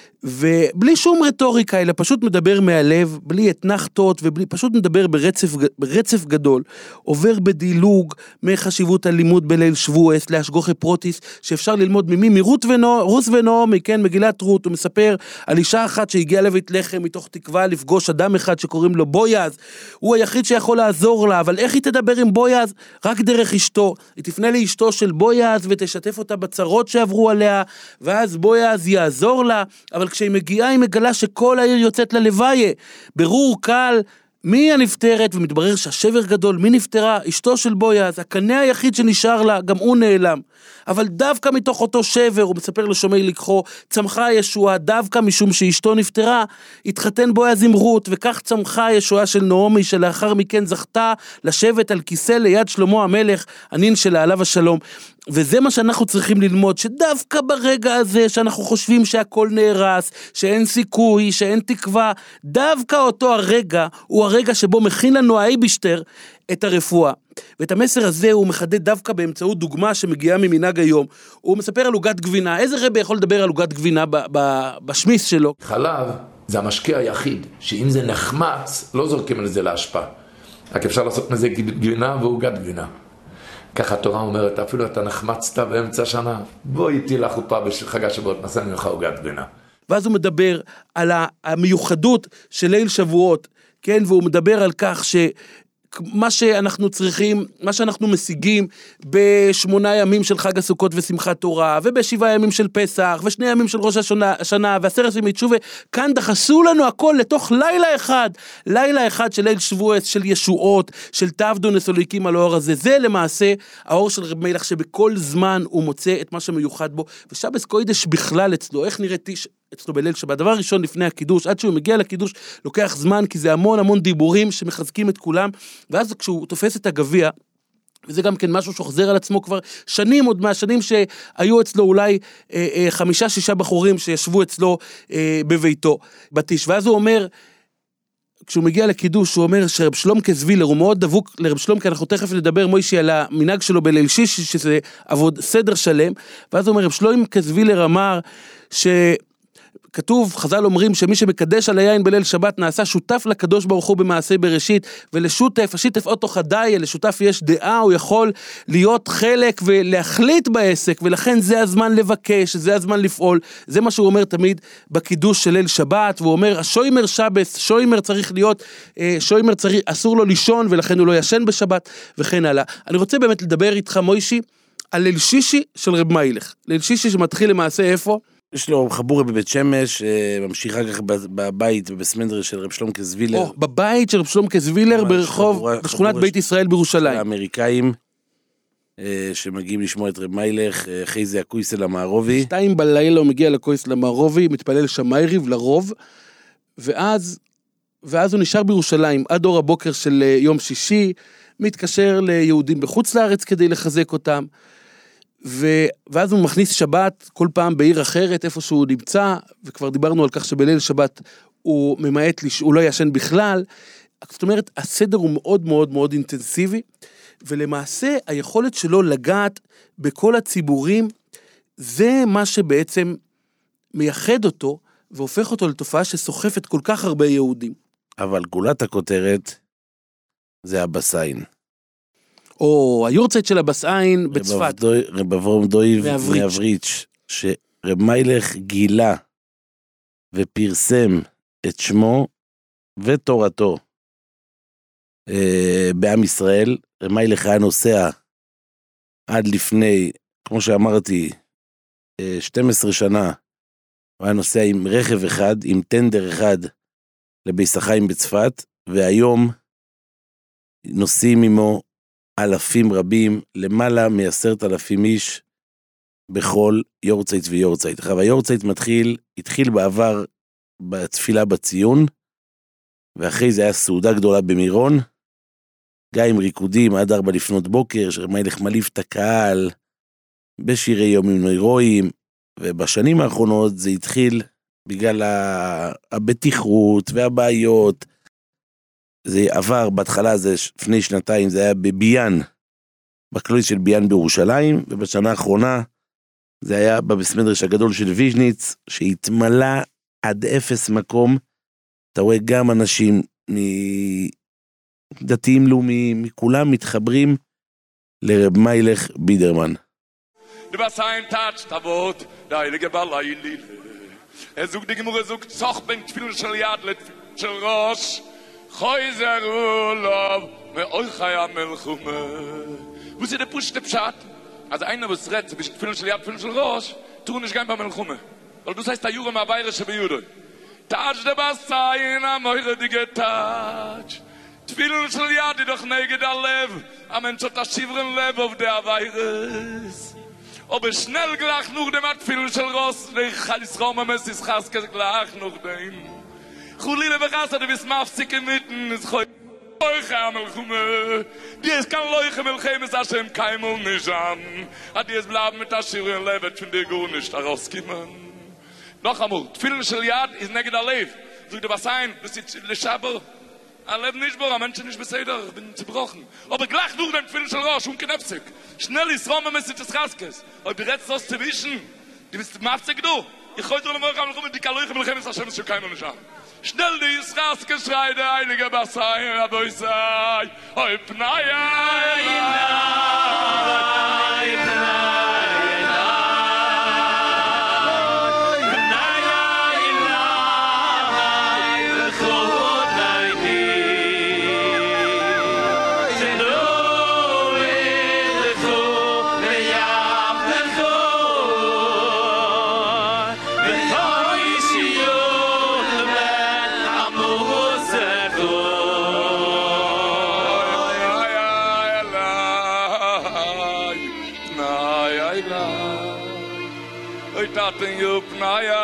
ובלי שום רטוריקה, אלא פשוט מדבר מהלב, בלי אתנחתות, ובלי, פשוט מדבר ברצף, ברצף גדול, עובר בדילוג מחשיבות הלימוד בליל שבועס, להשגוחי פרוטיס, שאפשר ללמוד ממי, מרות ונועמי, רוס ונועמי, כן, מגילת רות, הוא מספר על אישה אחת שהגיעה לבית לחם, מתוך תקווה לפגוש אדם אחד שקוראים לו בויז, הוא היחיד שיכול לעזור לה, אבל איך היא תדבר עם בויז? רק דרך אשתו, היא תפנה לאשתו של בויז, ותשתף אותה בצרות שעברו עליה, ואז בויז יעזור לה, אבל כשהיא מגיעה היא מגלה שכל העיר יוצאת ללוויה, ברור קל, מי הנפטרת, ומתברר שהשבר גדול, מי נפטרה? אשתו של בויז, הקנה היחיד שנשאר לה, גם הוא נעלם. אבל דווקא מתוך אותו שבר, הוא מספר לשומעי לקחו, צמחה הישועה, דווקא משום שאשתו נפטרה, התחתן בויז עם רות, וכך צמחה הישועה של נעמי, שלאחר מכן זכתה לשבת על כיסא ליד שלמה המלך, הנין שלה עליו השלום. וזה מה שאנחנו צריכים ללמוד, שדווקא ברגע הזה שאנחנו חושבים שהכל נהרס, שאין סיכוי, שאין תקווה, דווקא אותו הרגע הוא הרגע שבו מכין לנו האייבשטר את הרפואה. ואת המסר הזה הוא מחדד דווקא באמצעות דוגמה שמגיעה ממנהג היום. הוא מספר על עוגת גבינה. איזה רבי יכול לדבר על עוגת גבינה ב- ב- בשמיס שלו? חלב זה המשקה היחיד, שאם זה נחמץ, לא זורקים על זה להשפעה. רק אפשר לעשות מזה גבינה ועוגת גבינה. ככה התורה אומרת, אפילו אתה נחמצת באמצע שנה, בוא איתי לחופה בחג השבועות, נעשה ממך עוגת גבינה. ואז הוא מדבר על המיוחדות של ליל שבועות, כן, והוא מדבר על כך ש... מה שאנחנו צריכים, מה שאנחנו משיגים בשמונה ימים של חג הסוכות ושמחת תורה, ובשבעה ימים של פסח, ושני ימים של ראש השנה, השנה, ועשרת ימי תשובה, כאן דחסו לנו הכל לתוך לילה אחד, לילה אחד של ליל שבועס, של ישועות, של תעבדו נסוליקים על האור הזה. זה למעשה האור של רב מלך, שבכל זמן הוא מוצא את מה שמיוחד בו, ושבס קוידש בכלל אצלו, איך נראית איש אצלו בליל שבת? דבר ראשון לפני הקידוש, עד שהוא מגיע לקידוש, לוקח זמן, כי זה המון המון דיבורים שמחזקים את כולם, ואז כשהוא תופס את הגביע, וזה גם כן משהו שחוזר על עצמו כבר שנים, עוד מהשנים שהיו אצלו אולי אה, אה, חמישה, שישה בחורים שישבו אצלו אה, בביתו, בתיש, ואז הוא אומר, כשהוא מגיע לקידוש, הוא אומר שרב שלומקה זווילר, הוא מאוד דבוק לרב שלומקה, אנחנו תכף נדבר מוישי על המנהג שלו בליל שישי, שזה עבוד סדר שלם, ואז הוא אומר, רב שלומקה זווילר אמר ש... כתוב, חז"ל אומרים שמי שמקדש על היין בליל שבת נעשה שותף לקדוש ברוך הוא במעשה בראשית, ולשותף, השיתף אותו חדאי, לשותף יש דעה, הוא יכול להיות חלק ולהחליט בעסק, ולכן זה הזמן לבקש, זה הזמן לפעול, זה מה שהוא אומר תמיד בקידוש של ליל שבת, והוא אומר, השוימר שבס, שוימר צריך להיות, שוימר צריך, אסור לו לישון, ולכן הוא לא ישן בשבת, וכן הלאה. אני רוצה באמת לדבר איתך, מוישי, על ליל שישי של רב מיילך, ליל שישי שמתחיל למעשה איפה? יש לו חבורה בבית שמש, ממשיך אחר כך בבית ובסמנדרה של רב שלומקה זווילר. או, בבית של רב שלומקה זווילר ברחוב, בשכונת בית ישראל בירושלים. האמריקאים שמגיעים לשמוע את רב מיילך, אחרי זה הקויסל המערובי. שתיים בלילה הוא מגיע לקויסל המערובי, מתפלל שמייריב לרוב, ואז, ואז הוא נשאר בירושלים עד אור הבוקר של יום שישי, מתקשר ליהודים בחוץ לארץ כדי לחזק אותם, ו... ואז הוא מכניס שבת כל פעם בעיר אחרת, איפה שהוא נמצא, וכבר דיברנו על כך שבליל שבת הוא ממעט, לש... הוא לא ישן בכלל, זאת אומרת, הסדר הוא מאוד מאוד מאוד אינטנסיבי, ולמעשה היכולת שלו לגעת בכל הציבורים, זה מה שבעצם מייחד אותו, והופך אותו לתופעה שסוחפת כל כך הרבה יהודים. אבל גולת הכותרת, זה הבסיין. או היורצייט של הבסעין בצפת. רב אברום דויב מאבריץ', שרב מיילך גילה ופרסם את שמו ותורתו אה, בעם ישראל. רב מיילך היה נוסע עד לפני, כמו שאמרתי, אה, שתים עשרה שנה, הוא היה נוסע עם רכב אחד, עם טנדר אחד לביס החיים בצפת, והיום נוסעים עמו אלפים רבים, למעלה מעשרת אלפים איש, בכל יורצייט ויורצייט. עכשיו, היורצייט מתחיל, התחיל בעבר בתפילה בציון, ואחרי זה היה סעודה גדולה במירון, גיא עם ריקודים עד ארבע לפנות בוקר, שרב מלך מליף את הקהל, בשירי יומים נוירואים, ובשנים האחרונות זה התחיל בגלל הבטיחות והבעיות, זה עבר, בהתחלה זה לפני שנתיים, זה היה בביאן, בקלויס של ביאן בירושלים, ובשנה האחרונה זה היה בבסמדרש הגדול של ויז'ניץ, שהתמלא עד אפס מקום, אתה רואה גם אנשים דתיים לאומיים, מכולם מתחברים לרב מלך בידרמן. Du warst ein Tatsch, da wird der heilige Balaili. Er sucht die Gemurre, sucht Zoch, bin Tfil shel Yadlet, shel Rosh, Choyzer Ulov, me Oichai HaMelchume. Wo ist der Push, der Pshat? Also einer, was redt, bis Tfil shel Yad, Tfil shel Rosh, tun nicht gern bei Melchume. Weil du sagst, der Jure ma Bayrische bei Jude. Tatsch, der Bassayin, am Eure dige Tatsch. Tfil shel Yad, die doch neged alev, am Mensch hat das Schivren Lev auf der Virus. Aber schnell gleich noch dem Atfil של Ross, ich Roma Messis Chaske gleich noch dem. Chulile Bechasa, du bist mafzig im Mitten, es choi Leuche am Elchume. Die es kann Leuche Melchem, es Hashem keimel nicht an. Hat die es bleiben mit Aschir und Levet von dir gar nicht herauskommen. Noch einmal, Tfil של Yad ist neged Alev. Soll du was sein, du sitzt le Shabbat. Alev nicht boah, Menschen nicht beseder, ich bin zerbrochen. Aber gleich nur den Tfil של Rosh, unknäpzig. Schnell ist Roma Messis des Chaskes. Aber du redest das zu wischen. Du bist mafzig du. Ich heute noch mal kommen, die Kaleuche Melchem ist Hashem, es schon keinem nicht an. Schnell die Chaske schreit der heilige Basai, aber ich sei, oi Pnaya, taten yup naya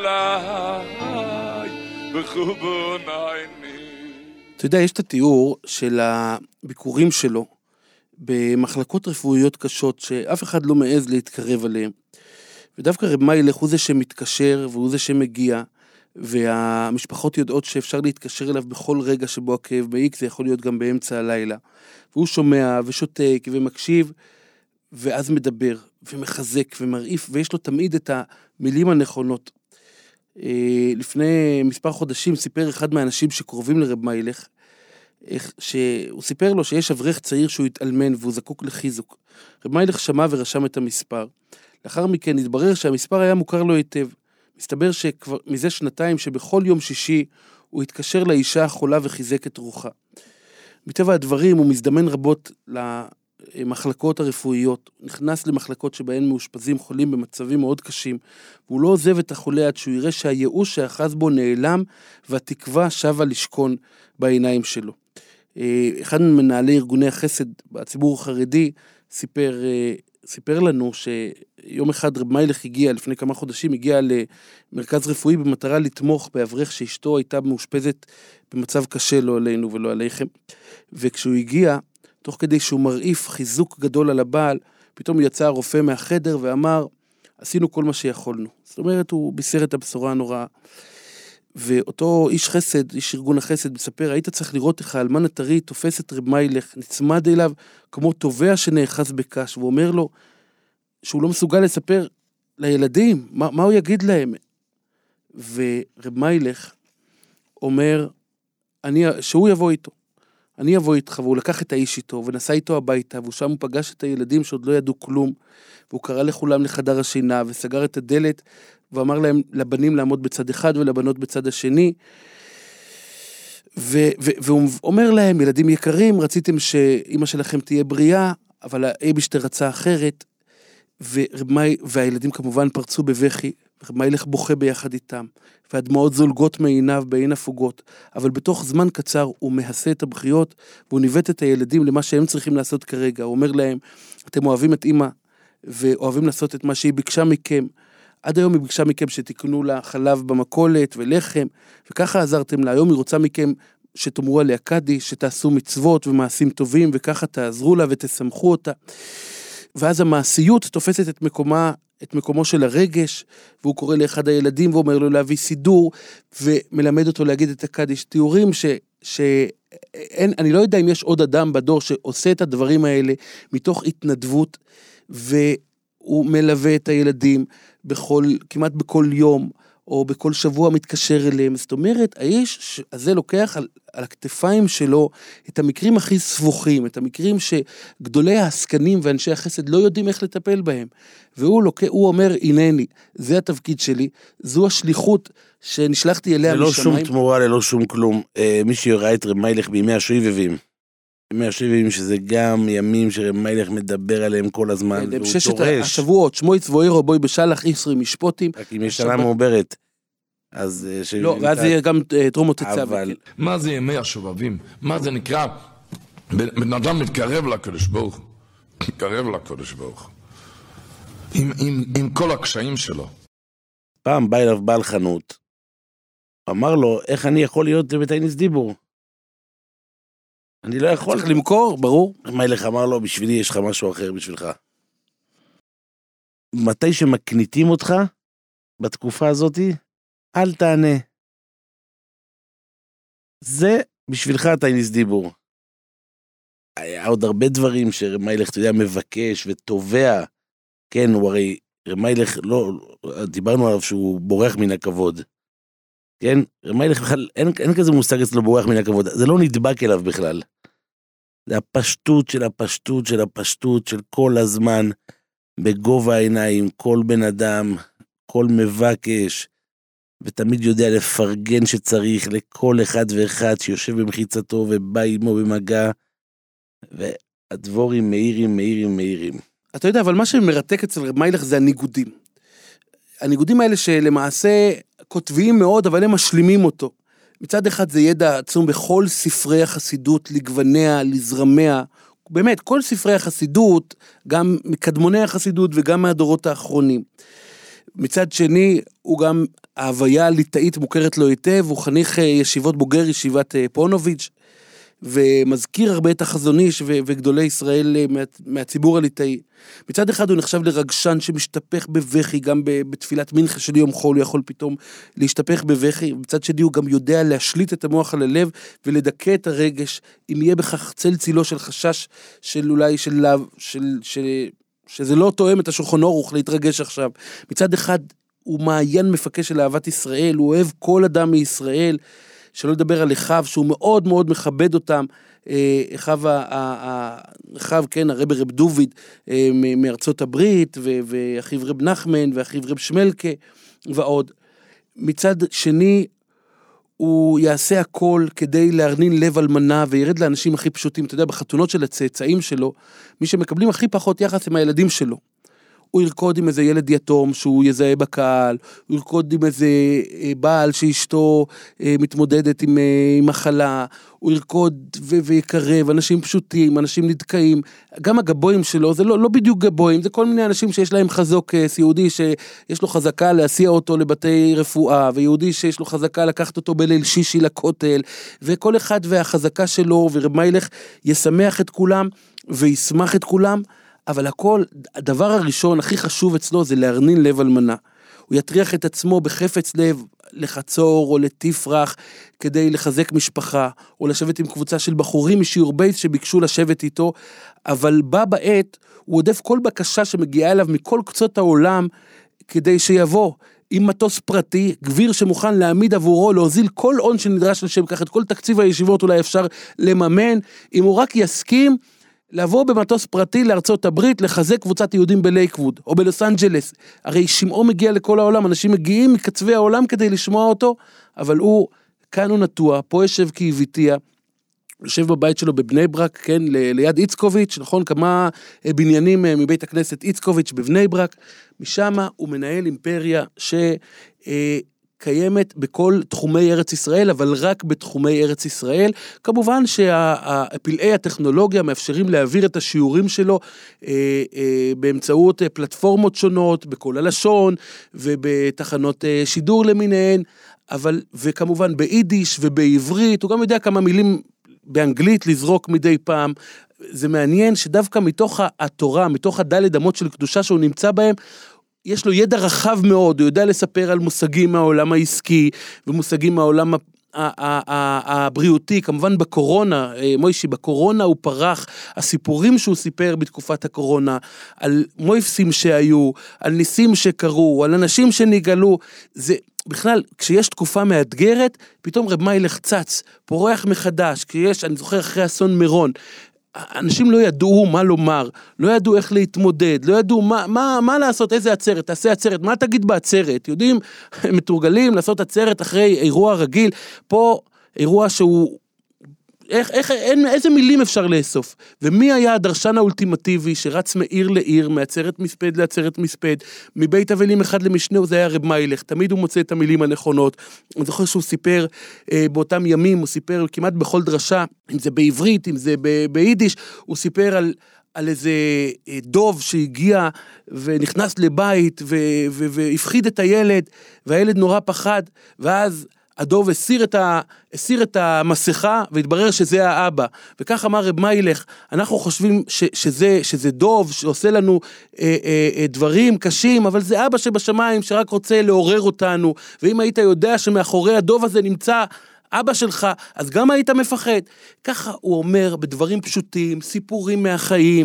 elai bkhubun ayni. אתה יודע, יש את התיאור של הביקורים שלו במחלקות רפואיות קשות שאף אחד לא מעז להתקרב עליהם. ודווקא רב מלך הוא זה שמתקשר והוא זה שמגיע, והמשפחות יודעות שאפשר להתקשר אליו בכל רגע שבו הכאב מעיק, זה יכול להיות גם באמצע הלילה. והוא שומע ושותק ומקשיב, ואז מדבר ומחזק ומרעיף, ויש לו תמיד את המילים הנכונות. לפני מספר חודשים סיפר אחד מהאנשים שקרובים לרב מלך, שהוא סיפר לו שיש אברך צעיר שהוא התאלמן והוא זקוק לחיזוק. רב מלך שמע ורשם את המספר. לאחר מכן התברר שהמספר היה מוכר לו היטב. מסתבר שכבר מזה שנתיים שבכל יום שישי הוא התקשר לאישה החולה וחיזק את רוחה. מטבע הדברים הוא מזדמן רבות למחלקות הרפואיות, נכנס למחלקות שבהן מאושפזים חולים במצבים מאוד קשים, והוא לא עוזב את החולה עד שהוא יראה שהייאוש שאחז בו נעלם, והתקווה שווה לשכון בעיניים שלו. אחד ממנהלי ארגוני החסד בציבור החרדי סיפר, סיפר לנו שיום אחד רב מלך הגיע, לפני כמה חודשים, הגיע למרכז רפואי במטרה לתמוך באברך שאשתו הייתה מאושפזת במצב קשה, לא עלינו ולא עליכם. וכשהוא הגיע, תוך כדי שהוא מרעיף חיזוק גדול על הבעל, פתאום יצא הרופא מהחדר ואמר, עשינו כל מה שיכולנו. זאת אומרת, הוא בישר את הבשורה הנוראה. ואותו איש חסד, איש ארגון החסד, מספר, היית צריך לראות איך האלמן הטרי תופס את רב מלך, נצמד אליו כמו תובע שנאחז בקש, ואומר לו שהוא לא מסוגל לספר לילדים, מה, מה הוא יגיד להם? ורב מלך אומר, אני, שהוא יבוא איתו. אני אבוא איתך, והוא לקח את האיש איתו, ונסע איתו הביתה, והוא שם הוא פגש את הילדים שעוד לא ידעו כלום, והוא קרא לכולם לחדר השינה, וסגר את הדלת, ואמר להם, לבנים לעמוד בצד אחד, ולבנות בצד השני, ו- ו- והוא אומר להם, ילדים יקרים, רציתם שאמא שלכם תהיה בריאה, אבל האבישטר רצה אחרת, ורמי, והילדים כמובן פרצו בבכי, ורב מלך בוכה ביחד איתם, והדמעות זולגות מעיניו בעין הפוגות, אבל בתוך זמן קצר הוא מהסה את הבכיות, והוא ניווט את הילדים למה שהם צריכים לעשות כרגע. הוא אומר להם, אתם אוהבים את אמא, ואוהבים לעשות את מה שהיא ביקשה מכם. עד היום היא ביקשה מכם שתקנו לה חלב במכולת ולחם, וככה עזרתם לה. היום היא רוצה מכם שתאמרו עליה קדיש, שתעשו מצוות ומעשים טובים, וככה תעזרו לה ותשמחו אותה. ואז המעשיות תופסת את מקומה, את מקומו של הרגש, והוא קורא לאחד הילדים ואומר לו להביא סידור, ומלמד אותו להגיד את הקדיש. תיאורים ש... ש... אין, אני לא יודע אם יש עוד אדם בדור שעושה את הדברים האלה מתוך התנדבות, והוא מלווה את הילדים בכל, כמעט בכל יום, או בכל שבוע מתקשר אליהם. זאת אומרת, האיש הזה לוקח על, על הכתפיים שלו את המקרים הכי סבוכים, את המקרים שגדולי העסקנים ואנשי החסד לא יודעים איך לטפל בהם. והוא לוקח, הוא אומר, הנני, זה התפקיד שלי, זו השליחות שנשלחתי אליה משמיים. ללא שום תמורה, ללא שום כלום. אה, מי שראה את רב מיילך בימי השובבים, ימי השובבים שזה גם ימים שרב מיילך מדבר עליהם כל הזמן, והוא ששת תורש. השבועות, שמוי צבועירו בוי בשלח ישרי משפוטים. רק אם יש שנה מעוברת. אז... לא, ואז זה יהיה גם תרומות תצא. אבל... מה זה ימי השובבים? מה זה נקרא? בן אדם מתקרב לקדוש ברוך הוא. מתקרב לקדוש ברוך הוא. עם, עם, עם כל הקשיים שלו. פעם בא אליו בעל חנות, אמר לו, איך אני יכול להיות בטייניס דיבור? אני לא יכול. צריך למכור, ברור. מיילך אמר לו, בשבילי יש לך משהו אחר בשבילך. מתי שמקניטים אותך, בתקופה הזאת, אל תענה. זה בשבילך טייניס דיבור. היה עוד הרבה דברים שרמיילך, אתה יודע, מבקש ותובע. כן, הוא הרי, רמיילך, לא, דיברנו עליו שהוא בורח מן הכבוד. כן, רמיילך בכלל, אין, אין כזה מושג אצלו בורח מן הכבוד. זה לא נדבק אליו בכלל. זה הפשטות של הפשטות של הפשטות של כל הזמן, בגובה העיניים, כל בן אדם, כל מבקש, ותמיד יודע לפרגן שצריך לכל אחד ואחד שיושב במחיצתו ובא עמו במגע, והדבורים מאירים, מאירים, מאירים. אתה יודע, אבל מה שמרתק אצל רב מיילך זה הניגודים. הניגודים האלה שלמעשה כותביים מאוד, אבל הם משלימים אותו. מצד אחד זה ידע עצום בכל ספרי החסידות, לגווניה, לזרמיה, באמת, כל ספרי החסידות, גם מקדמוני החסידות וגם מהדורות האחרונים. מצד שני, הוא גם, ההוויה הליטאית מוכרת לו היטב, הוא חניך ישיבות בוגר ישיבת פונוביץ', ומזכיר הרבה את החזון איש וגדולי ישראל מה, מהציבור הליטאי. מצד אחד הוא נחשב לרגשן שמשתפך בבכי, גם בתפילת מנחה של יום חול, הוא יכול פתאום להשתפך בבכי, מצד שני הוא גם יודע להשליט את המוח על הלב, ולדכא את הרגש, אם יהיה בכך צל צילו של חשש, של אולי של לב, של, של, שזה לא תואם את השולחן ערוך להתרגש עכשיו. מצד אחד הוא מעיין מפקש של אהבת ישראל, הוא אוהב כל אדם מישראל, שלא לדבר על אחיו, שהוא מאוד מאוד מכבד אותם, אחיו, אחיו, כן, הרב רב דוד מארצות הברית, ואחיו רב נחמן, ואחיו רב שמלכה, ועוד. מצד שני, הוא יעשה הכל כדי להרנין לב אלמנה, וירד לאנשים הכי פשוטים, אתה יודע, בחתונות של הצאצאים שלו, מי שמקבלים הכי פחות יחס עם הילדים שלו. הוא ירקוד עם איזה ילד יתום שהוא יזהה בקהל, הוא ירקוד עם איזה בעל שאשתו מתמודדת עם מחלה, הוא ירקוד ויקרב, אנשים פשוטים, אנשים נדכאים, גם הגבויים שלו, זה לא, לא בדיוק גבויים, זה כל מיני אנשים שיש להם חזוק יהודי שיש לו חזקה להסיע אותו לבתי רפואה, ויהודי שיש לו חזקה לקחת אותו בליל שישי לכותל, וכל אחד והחזקה שלו, ורב מיילך ישמח את כולם, וישמח את כולם, אבל הכל, הדבר הראשון הכי חשוב אצלו זה להרנין לב אלמנה. הוא יטריח את עצמו בחפץ לב לחצור או לתפרח כדי לחזק משפחה, או לשבת עם קבוצה של בחורים משיעור בית שביקשו לשבת איתו, אבל בה בעת הוא עודף כל בקשה שמגיעה אליו מכל קצות העולם כדי שיבוא עם מטוס פרטי, גביר שמוכן להעמיד עבורו, להוזיל כל עון שנדרש לשם כך, את כל תקציב הישיבות אולי אפשר לממן, אם הוא רק יסכים לבוא במטוס פרטי לארצות הברית, לחזק קבוצת יהודים בלייקווד, או בלוס אנג'לס. הרי שמעו מגיע לכל העולם, אנשים מגיעים מקצווי העולם כדי לשמוע אותו, אבל הוא, כאן הוא נטוע, פה יושב כאיביתיה, יושב בבית שלו בבני ברק, כן, ל- ליד איצקוביץ', נכון, כמה בניינים מבית הכנסת איצקוביץ' בבני ברק, משם הוא מנהל אימפריה ש... קיימת בכל תחומי ארץ ישראל, אבל רק בתחומי ארץ ישראל. כמובן שהפלאי הטכנולוגיה מאפשרים להעביר את השיעורים שלו אה, אה, באמצעות פלטפורמות שונות, בכל הלשון, ובתחנות אה, שידור למיניהן, אבל, וכמובן ביידיש ובעברית, הוא גם יודע כמה מילים באנגלית לזרוק מדי פעם. זה מעניין שדווקא מתוך התורה, מתוך הדלת אמות של קדושה שהוא נמצא בהם, יש לו ידע רחב מאוד, הוא יודע לספר על מושגים מהעולם העסקי, ומושגים מהעולם הבריאותי, כמובן בקורונה, מוישי, בקורונה הוא פרח, הסיפורים שהוא סיפר בתקופת הקורונה, על מויפסים שהיו, על ניסים שקרו, על אנשים שנגלו, זה בכלל, כשיש תקופה מאתגרת, פתאום רב מיילך צץ, פורח מחדש, כי יש, אני זוכר אחרי אסון מירון, אנשים לא ידעו מה לומר, לא ידעו איך להתמודד, לא ידעו מה, מה, מה לעשות, איזה עצרת, תעשה עצרת, מה תגיד בעצרת, יודעים, מתורגלים לעשות עצרת אחרי אירוע רגיל, פה אירוע שהוא, איך, איך, אין, איזה מילים אפשר לאסוף, ומי היה הדרשן האולטימטיבי שרץ מעיר לעיר, מעצרת מספד לעצרת מספד, מבית אבלים אחד למשנהו, זה היה רב מיילך, תמיד הוא מוצא את המילים הנכונות, אני זוכר שהוא סיפר אה, באותם ימים, הוא סיפר כמעט בכל דרשה, אם זה בעברית, אם זה ב- ביידיש, הוא סיפר על, על איזה דוב שהגיע ונכנס לבית ו- ו- והפחיד את הילד, והילד נורא פחד, ואז הדוב הסיר את, ה, הסיר את המסכה, והתברר שזה האבא. וכך אמר רב מיילך, אנחנו חושבים ש, שזה, שזה דוב, שעושה לנו אה, אה, דברים קשים, אבל זה אבא שבשמיים, שרק רוצה לעורר אותנו, ואם היית יודע שמאחורי הדוב הזה נמצא אבא שלך, אז גם היית מפחד. ככה הוא אומר בדברים פשוטים, סיפורים מהחיים,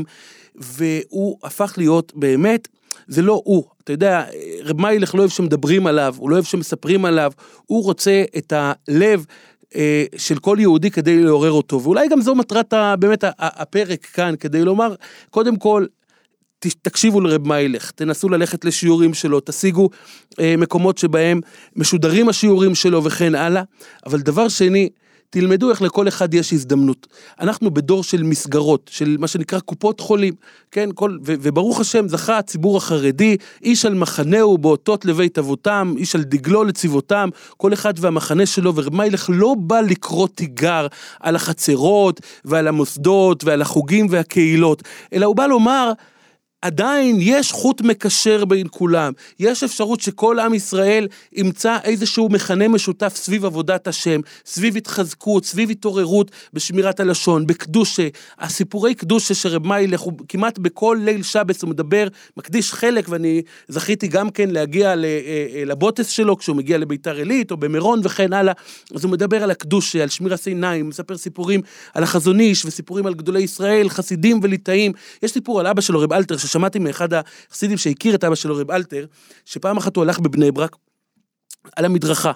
והוא הפך להיות באמת, זה לא הוא, אתה יודע, רב מיילך לא אוהב שמדברים עליו, הוא לא אוהב שמספרים עליו, הוא רוצה את הלב אה, של כל יהודי כדי לעורר אותו, ואולי גם זו מטרת ה, באמת הפרק כאן, כדי לומר, קודם כל, תקשיבו לרב מיילך, תנסו ללכת לשיעורים שלו, תשיגו אה, מקומות שבהם משודרים השיעורים שלו וכן הלאה, אבל דבר שני, תלמדו איך לכל אחד יש הזדמנות. אנחנו בדור של מסגרות, של מה שנקרא קופות חולים, כן, כל, ו, וברוך השם זכה הציבור החרדי, איש על מחנהו באותות לבית אבותם, איש על דגלו לצבאותם, כל אחד והמחנה שלו, ורב מיילך לא בא לקרוא תיגר על החצרות ועל המוסדות ועל החוגים והקהילות, אלא הוא בא לומר, עדיין יש חוט מקשר בין כולם, יש אפשרות שכל עם ישראל ימצא איזשהו מכנה משותף סביב עבודת השם, סביב התחזקות, סביב התעוררות בשמירת הלשון, בקדושה, הסיפורי קדושה שרב מיילך, הוא כמעט בכל ליל שבס הוא מדבר, מקדיש חלק, ואני זכיתי גם כן להגיע לבוטס שלו, כשהוא מגיע לביתר עילית או במירון וכן הלאה, אז הוא מדבר על הקדושה, על שמיר הסיניים, מספר סיפורים על החזון איש, וסיפורים על גדולי ישראל, חסידים וליטאים, יש סיפור על אבא שלו רב אלתר, שמעתי מאחד החסידים שהכיר את אבא שלו רב אלתר, שפעם אחת הוא הלך בבני ברק על המדרכה,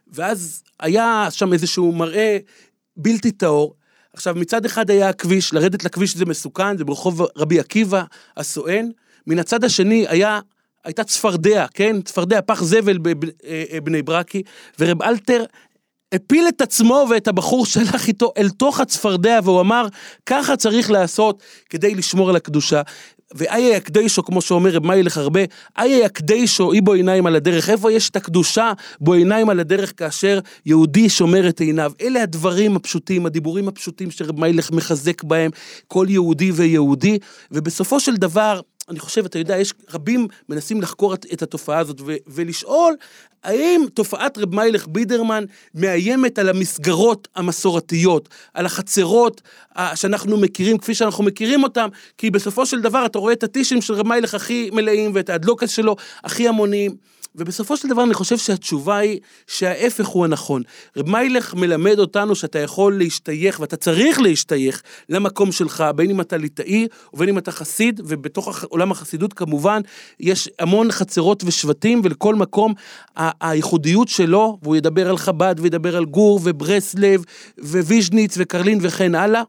ואז היה שם איזשהו מראה בלתי טהור. עכשיו מצד אחד היה הכביש, לרדת לכביש זה מסוכן, זה ברחוב רבי עקיבא הסואן, מן הצד השני היה, הייתה צפרדע, כן? צפרדע, פח זבל בבני ברקי, ורב אלתר הפיל את עצמו ואת הבחור שלח איתו אל תוך הצפרדע, והוא אמר, ככה צריך לעשות כדי לשמור על הקדושה. ואיה יקדישו, כמו שאומר רב מיילך הרבה, איה יקדישו, אי בו עיניים על הדרך, איפה יש את הקדושה בו עיניים על הדרך, כאשר יהודי שומר את עיניו. אלה הדברים הפשוטים, הדיבורים הפשוטים שרב מיילך מחזק בהם, כל יהודי ויהודי, ובסופו של דבר, אני חושב, אתה יודע, יש רבים מנסים לחקור את התופעה הזאת, ו- ולשאול, האם תופעת רב מיילך בידרמן מאיימת על המסגרות המסורתיות, על החצרות שאנחנו מכירים, כפי שאנחנו מכירים אותם, כי בסופו של דבר אתה רואה את הטישים של רב מיילך הכי מלאים, ואת ההדלוקס שלו הכי המוניים, ובסופו של דבר אני חושב שהתשובה היא שההפך הוא הנכון. רב מיילך מלמד אותנו שאתה יכול להשתייך, ואתה צריך להשתייך למקום שלך, בין אם אתה ליטאי ובין אם אתה חסיד, ובתוך עולם החסידות כמובן יש המון חצרות ושבטים, ולכל מקום הייחודיות שלו, והוא ידבר על חב"ד וידבר על גור וברסלב וויז'ניץ וקרלין וכן הלאה,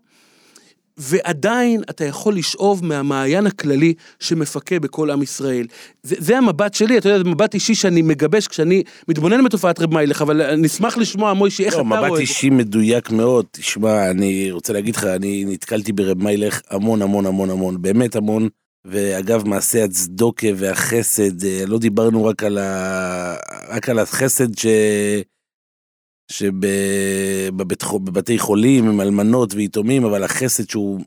ועדיין אתה יכול לשאוב מהמעיין הכללי שמפקה בכל עם ישראל. זה, זה המבט שלי, אתה יודע, זה מבט אישי שאני מגבש כשאני מתבונן בתופעת רב מיילך, אבל נשמח לשמוע, מוישי, איך לא, אתה רואה? מבט אישי מדויק מאוד, תשמע, אני רוצה להגיד לך, אני נתקלתי ברב מיילך המון המון המון המון, באמת המון, ואגב, מעשה הצדוקה והחסד, לא דיברנו רק על, ה... רק על החסד ש... שבבתי חולים עם אלמנות ויתומים, אבל החסד שהוא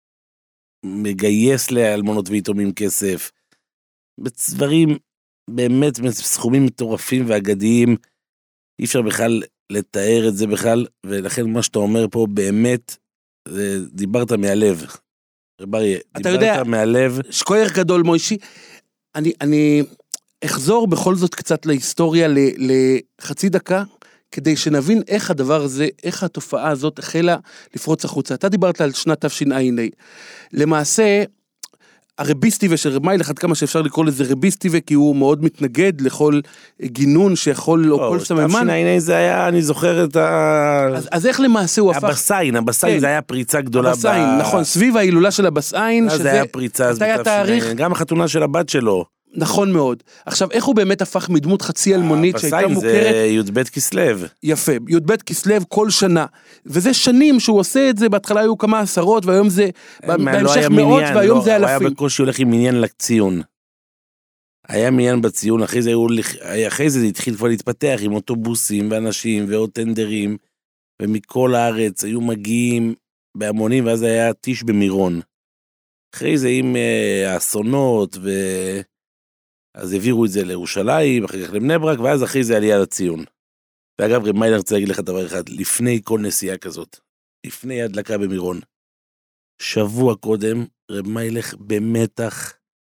מגייס לאלמנות ויתומים כסף, בצברים באמת סכומים מטורפים ואגדיים, אי אפשר בכלל לתאר את זה בכלל, ולכן מה שאתה אומר פה באמת, דיברת מהלב. רבריה, דיברת יודע, מהלב. שכויר גדול מוישי, אני, אני אחזור בכל זאת קצת להיסטוריה לחצי דקה, כדי שנבין איך הדבר הזה, איך התופעה הזאת החלה לפרוץ החוצה. אתה דיברת על שנת תשע"ה. למעשה, הרביסטיבה של רב מיילך, עד כמה שאפשר לקרוא לזה רביסטיבה, כי הוא מאוד מתנגד לכל גינון שיכול, או כל סממן. תשע"ה זה היה, אני זוכר את ה... אז, אז איך למעשה הוא הפך... הבסיין, הבסיין זה היה פריצה גדולה. הבסיין, נכון, סביב ההילולה של הבסיין, שזה... זה היה פריצה, אז בתשע"ה, גם החתונה של הבת שלו. נכון מאוד. עכשיו, איך הוא באמת הפך מדמות חצי אלמונית שהייתה מוכרת? הבסיין זה י"ב כסלו. יפה, י"ב כסלו כל שנה. וזה שנים שהוא עושה את זה, בהתחלה היו כמה עשרות, והיום זה, בהמשך מאות, והיום זה אלפים. הוא היה בקושי הולך עם עניין לציון. היה מעניין בציון, אחרי זה, אחרי זה התחיל כבר להתפתח עם אוטובוסים ואנשים ועוד טנדרים, ומכל הארץ היו מגיעים בהמונים, ואז היה טיש במירון. אחרי זה עם האסונות ו... אז העבירו את זה לירושלים, אחר כך לבני ברק, ואז אחרי זה עלייה לציון. ואגב, רב מיילך רוצה להגיד לך דבר אחד, לפני כל נסיעה כזאת, לפני הדלקה במירון, שבוע קודם, רב מיילך במתח,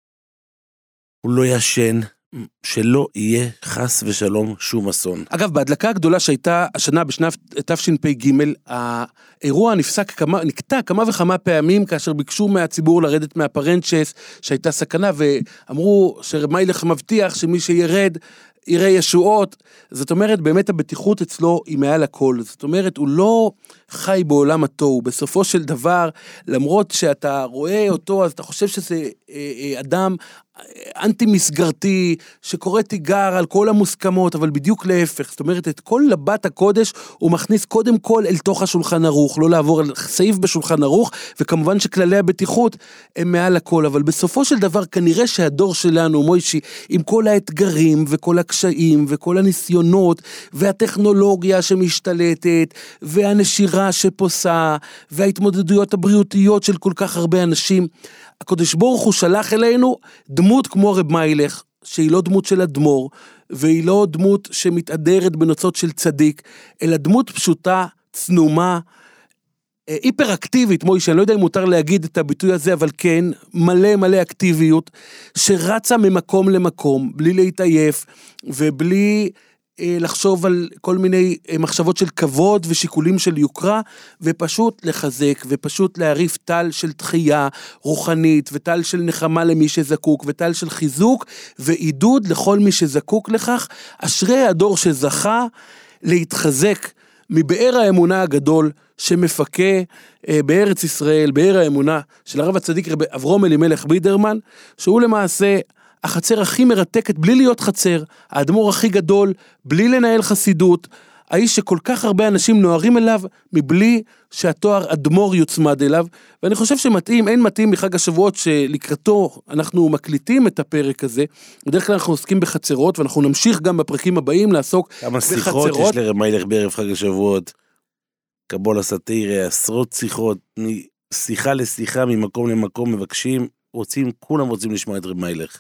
הוא לא ישן, שלא יהיה חס ושלום שום אסון. אגב, בהדלקה הגדולה שהייתה השנה בשנת תשפ"ג, האירוע נפסק כמה, נקטע כמה וכמה פעמים, כאשר ביקשו מהציבור לרדת מהפרנצ'ס, שהייתה סכנה, ואמרו שרב מיילך מבטיח שמי שירד, יראה ישועות. זאת אומרת, באמת הבטיחות אצלו היא מעל הכל. זאת אומרת, הוא לא חי בעולם התוהו. בסופו של דבר, למרות שאתה רואה אותו, אז אתה חושב שזה אדם אנטי מסגרתי, שקורא תיגר על כל המוסכמות, אבל בדיוק להפך. זאת אומרת, את כל לבת הקודש הוא מכניס קודם כל אל תוך השולחן ערוך, לא לעבור על סעיף בשולחן ערוך, וכמובן שכללי הבטיחות הם מעל הכל. אבל בסופו של דבר, כנראה שהדור שלנו, מוישי, עם כל האתגרים וכל הקשיים וכל הניסיונות, והטכנולוגיה שמשתלטת, והנשירה שפוסה, וההתמודדויות הבריאותיות של כל כך הרבה אנשים, הקדוש ברוך הוא שלח אלינו דמות כמו רב מיילך, שהיא לא דמות של אדמו"ר, והיא לא דמות שמתעדרת בנוצות של צדיק, אלא דמות פשוטה, צנומה, היפראקטיבית, מוישה, אני לא יודע אם מותר להגיד את הביטוי הזה, אבל כן, מלא מלא אקטיביות, שרצה ממקום למקום, בלי להתעייף, ובלי לחשוב על כל מיני מחשבות של כבוד ושיקולים של יוקרה, ופשוט לחזק, ופשוט להריף טל של תחייה רוחנית, וטל של נחמה למי שזקוק, וטל של חיזוק, ועידוד לכל מי שזקוק לכך. אשרי הדור שזכה להתחזק מבאר האמונה הגדול שמפקה בארץ ישראל, באר האמונה של הרב הצדיק רב אברום אלימלך בידרמן, שהוא למעשה החצר הכי מרתקת, בלי להיות חצר, האדמו"ר הכי גדול, בלי לנהל חסידות, האיש שכל כך הרבה אנשים נוערים אליו, מבלי שהתואר אדמו"ר יוצמד אליו, ואני חושב שמתאים, אין מתאים מחג השבועות שלקראתו אנחנו מקליטים את הפרק הזה, בדרך כלל אנחנו עוסקים בחצרות, ואנחנו נמשיך גם בפרקים הבאים לעסוק כמה בחצרות. כמה שיחות יש לרב מיילך בערב חג השבועות, קבול הסתירה, עשרות שיחות, משיחה לשיחה, ממקום למקום מבקשים, רוצים, כולם רוצים לשמוע את רב מיילך.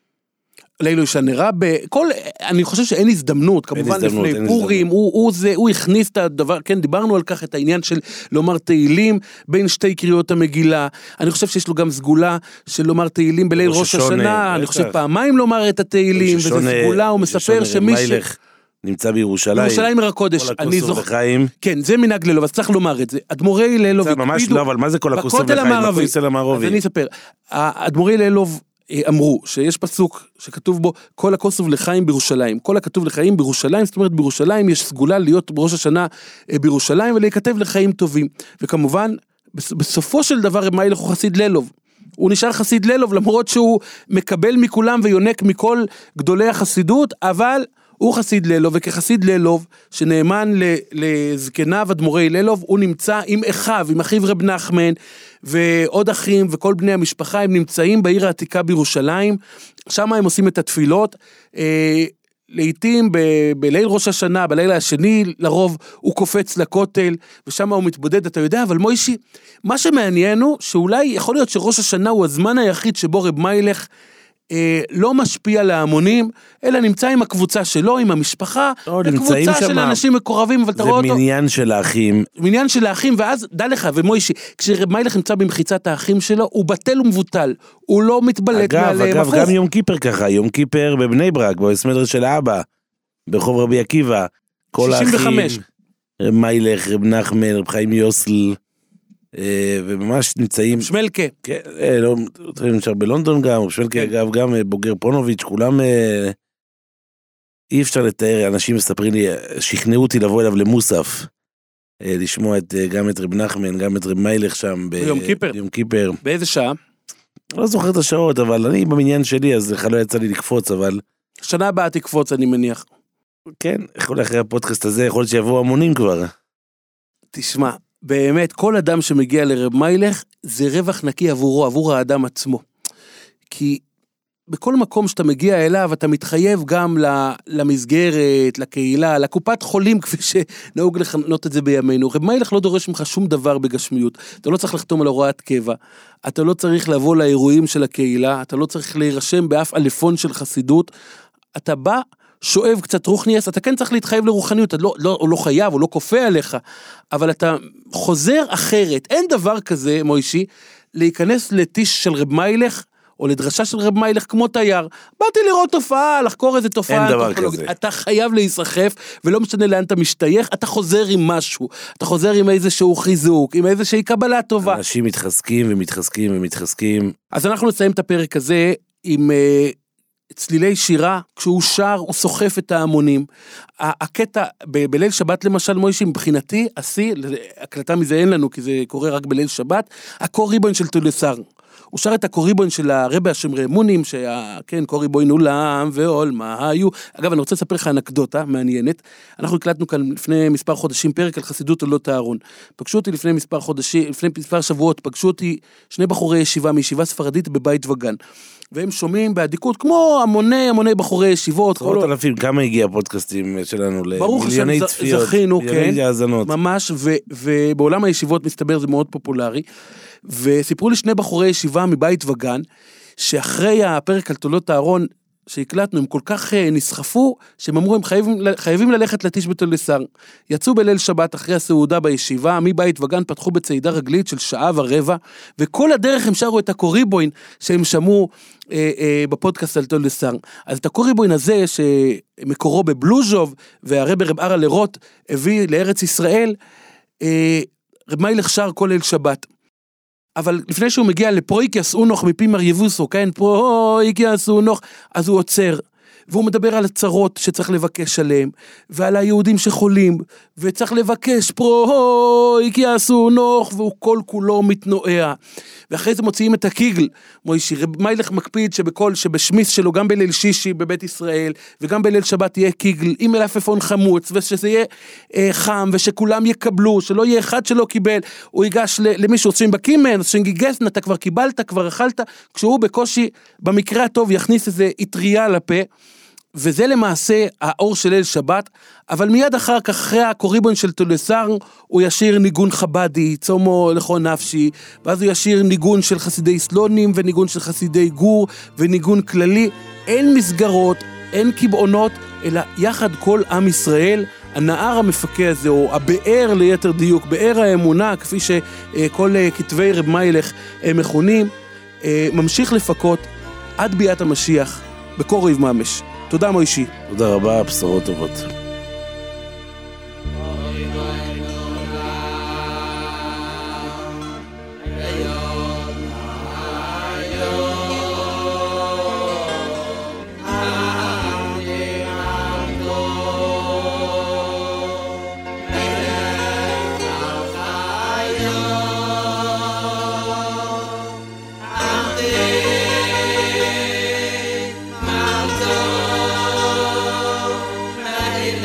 לילו שנראה בכל, אני חושב שאין הזדמנות, כמובן הזדמנות, לפני פורים, הוא, הוא, זה, הוא הכניס את הדבר, כן, דיברנו על כך, את העניין של לומר תהילים בין שתי קריאות המגילה, אני חושב שיש לו גם סגולה של לומר תהילים בליל ראש השנה, אני חושב פעמיים לומר את התהילים, וזה סגולה, הוא מספר שמי ש... נמצא בירושלים, בירושלים עיר הקודש, אני זוכר, כן, זה מנהג לילוב, אז צריך לומר את זה, אדמו"רי לילוב, ממש לא, אבל מה זה כל הכוסף לחיים, אז אני אספר, אדמו"רי לילוב אמרו שיש פסוק שכתוב בו כל הכוסף לחיים בירושלים, כל הכתוב לחיים בירושלים, זאת אומרת בירושלים יש סגולה להיות בראש השנה בירושלים ולהיכתב לחיים טובים, וכמובן בסופו של דבר רב מיילך הוא חסיד לילוב, הוא נשאר חסיד לילוב למרות שהוא מקבל מכולם ויונק מכל גדולי החסידות, אבל הוא חסיד לילוב, וכחסיד לילוב שנאמן לזקניו אדמו"רי לילוב, הוא נמצא עם אחיו, עם אחיו רב נחמן, ועוד אחים וכל בני המשפחה, הם נמצאים בעיר העתיקה בירושלים, שם הם עושים את התפילות, לעתים ב- בליל ראש השנה, בלילה השני, לרוב הוא קופץ לכותל, ושם הוא מתבודד, אתה יודע, אבל מוישי, מה שמעניין הוא, שאולי יכול להיות שראש השנה הוא הזמן היחיד שבו רב מיילך, אה, לא משפיע להמונים, אלא נמצא עם הקבוצה שלו, עם המשפחה, לא, קבוצה של אנשים מקורבים, אבל אתה רואה אותו. זה מניין של האחים. מניין של האחים, ואז, דע לך, ומוישי, כשרב מיילך נמצא במחיצת האחים שלו, הוא בטל ומבוטל, הוא לא מתבלט מעליהם. אגב, אגב, גם יום כיפר ככה, יום כיפר בבני ברק, בסמדר של האבא, ברחוב רבי עקיבא, כל האחים, שישים וחמש. רב מיילך, רב נחמן, רב חיים יוסל, וממש נמצאים... שמלכה. כן, לא, נשאר בלונדון גם, שמלכה אגב, גם בוגר פונוביץ', כולם... אי אפשר לתאר, אנשים מספרים לי, שכנעו אותי לבוא אליו למוסף, לשמוע את, גם את רב נחמן, גם את רב מיילך שם. ביום כיפר. ביום כיפר. באיזה שעה? לא זוכר את השעות, אבל אני במניין שלי, אז לך לא יצא לי לקפוץ, אבל... שנה הבאה תקפוץ, אני מניח. כן, יכול אחרי הפודקאסט הזה, יכול להיות שיבואו המונים כבר. תשמע, באמת, כל אדם שמגיע לרב מיילך, זה רווח נקי עבורו, עבור האדם עצמו. כי בכל מקום שאתה מגיע אליו, אתה מתחייב גם למסגרת, לקהילה, לקופת חולים, כפי שנהוג לכנות את זה בימינו. רב מיילך לא דורש ממך שום דבר בגשמיות. אתה לא צריך לחתום על הוראת קבע. אתה לא צריך לבוא לאירועים של הקהילה. אתה לא צריך להירשם באף אלפון של חסידות. אתה בא, שואב קצת רוחניאס, אתה כן צריך להתחייב לרוחניות, לא, לא, הוא לא חייב, הוא לא כופה עליך, אבל אתה חוזר אחרת. אין דבר כזה, מוישי, להיכנס לטיש של רב מיילך, או לדרשה של רב מיילך כמו תייר. באתי לראות תופעה, לחקור איזה תופעה. אין דבר כזה. אתה חייב להיסחף, ולא משנה לאן אתה משתייך, אתה חוזר עם משהו. אתה חוזר עם איזשהו חיזוק, עם איזושהי קבלה טובה. אנשים מתחזקים ומתחזקים ומתחזקים. אז אנחנו נסיים את הפרק הזה עם uh, צלילי שירה, כשהוא שר, הוא סוחף את ההמונים. הקטע, ב- בליל שבת למשל, מוישי, מבחינתי, עשי, הקלטה מזה אין לנו, כי זה קורה רק בליל שבת, הקור ריבון של טולסר. הוא שר את הקוריבון של הרבי השמרי אמונים, שהיה, כן, קוריבון עולם ועול מה היו. אגב, אני רוצה לספר לך אנקדוטה מעניינת. אנחנו הקלטנו כאן לפני מספר חודשים פרק על חסידות עולות הארון. פגשו אותי לפני מספר חודשים, לפני מספר שבועות, פגשו אותי שני בחורי ישיבה מישיבה ספרדית בבית וגן. והם שומעים בעדיקות, כמו המוני המוני בחורי ישיבות. עשרות אלפים, כמה הגיע הפודקאסטים שלנו למיליוני צפיות, זכינו, מיליוני האזנות. ממש, ובעולם הישיבות מסתבר זה מאוד פופולרי. וסיפרו לי שני בחורי ישיבה מבית וגן, שאחרי הפרק על תולות הארון שהקלטנו, הם כל כך נסחפו, שהם אמרו, הם חייבים, חייבים ללכת לטיש בתולסר. יצאו בליל שבת אחרי הסעודה בישיבה, מבית וגן פתחו בצעידה רגלית של שעה ורבע, וכל הדרך הם שרו את הקוריבוין, שהם שמעו אה, אה, בפודקאסט על תולסר. אז את הקוריבוין הזה, שמקורו בבלוז'וב, והרב רב ארה לרוט הביא לארץ ישראל, אה, רב מיילך שר כל ליל שבת. אבל לפני שהוא מגיע לפרויקיאס אונוך מפי מר יבוסו, כן, פרויקיאס אונוך, אז הוא עוצר, והוא מדבר על הצרות שצריך לבקש עליהם, ועל היהודים שחולים, וצריך לבקש פרויקיאס אונוך, והוא כל כולו מתנועע. ואחרי זה מוציאים את הקיגל, מוישי, רב מיילך מקפיד שבכל, שבשמיס שלו, גם בליל שישי בבית ישראל, וגם בליל שבת יהיה קיגל, עם מלפפון חמוץ, ושזה יהיה אה, חם, ושכולם יקבלו, שלא יהיה אחד שלא קיבל, הוא ייגש למישהו, עושים בקימן, עושים גיגסן, אתה כבר קיבלת, כבר אכלת, כשהוא בקושי, במקרה הטוב, יכניס איזה יטריה לפה, וזה למעשה האור של ליל שבת, אבל מיד אחר כך, אחרי הקוריבון של טולסר, הוא ישיר ניגון חבדי, צומו לכל נפשי, ואז הוא ישיר ניגון של חסידי סלונים, וניגון של חסידי גור, וניגון כללי. אין מסגרות, אין קבעונות, אלא יחד כל עם ישראל, הנער המפקה הזה, או הבאר ליתר דיוק, באר האמונה, כפי שכל כתבי רב מיילך מכונים, ממשיך לפקות עד ביאת המשיח, בקוריב ממש. תודה מוישי. תודה רבה, בשורות טובות. Hey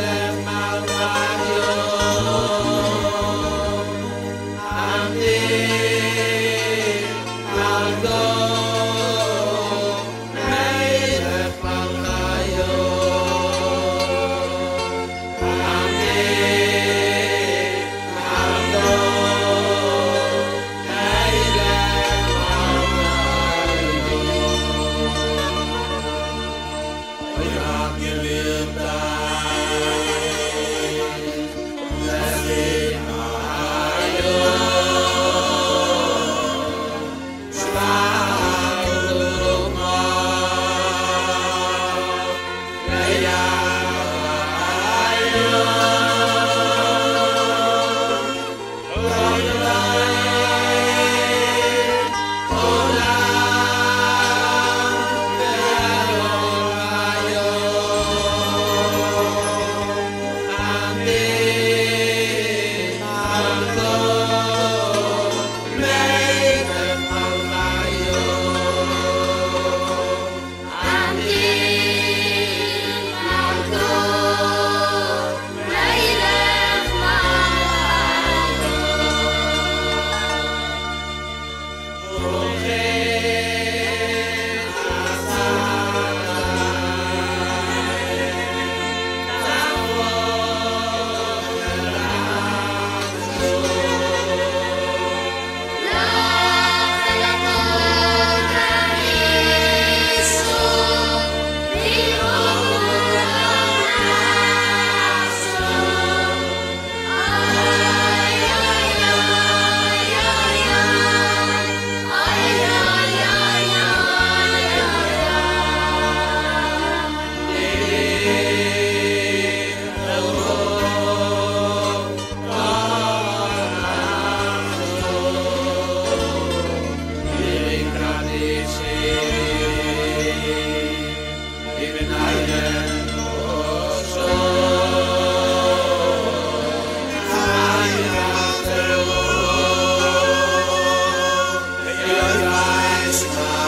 Smile.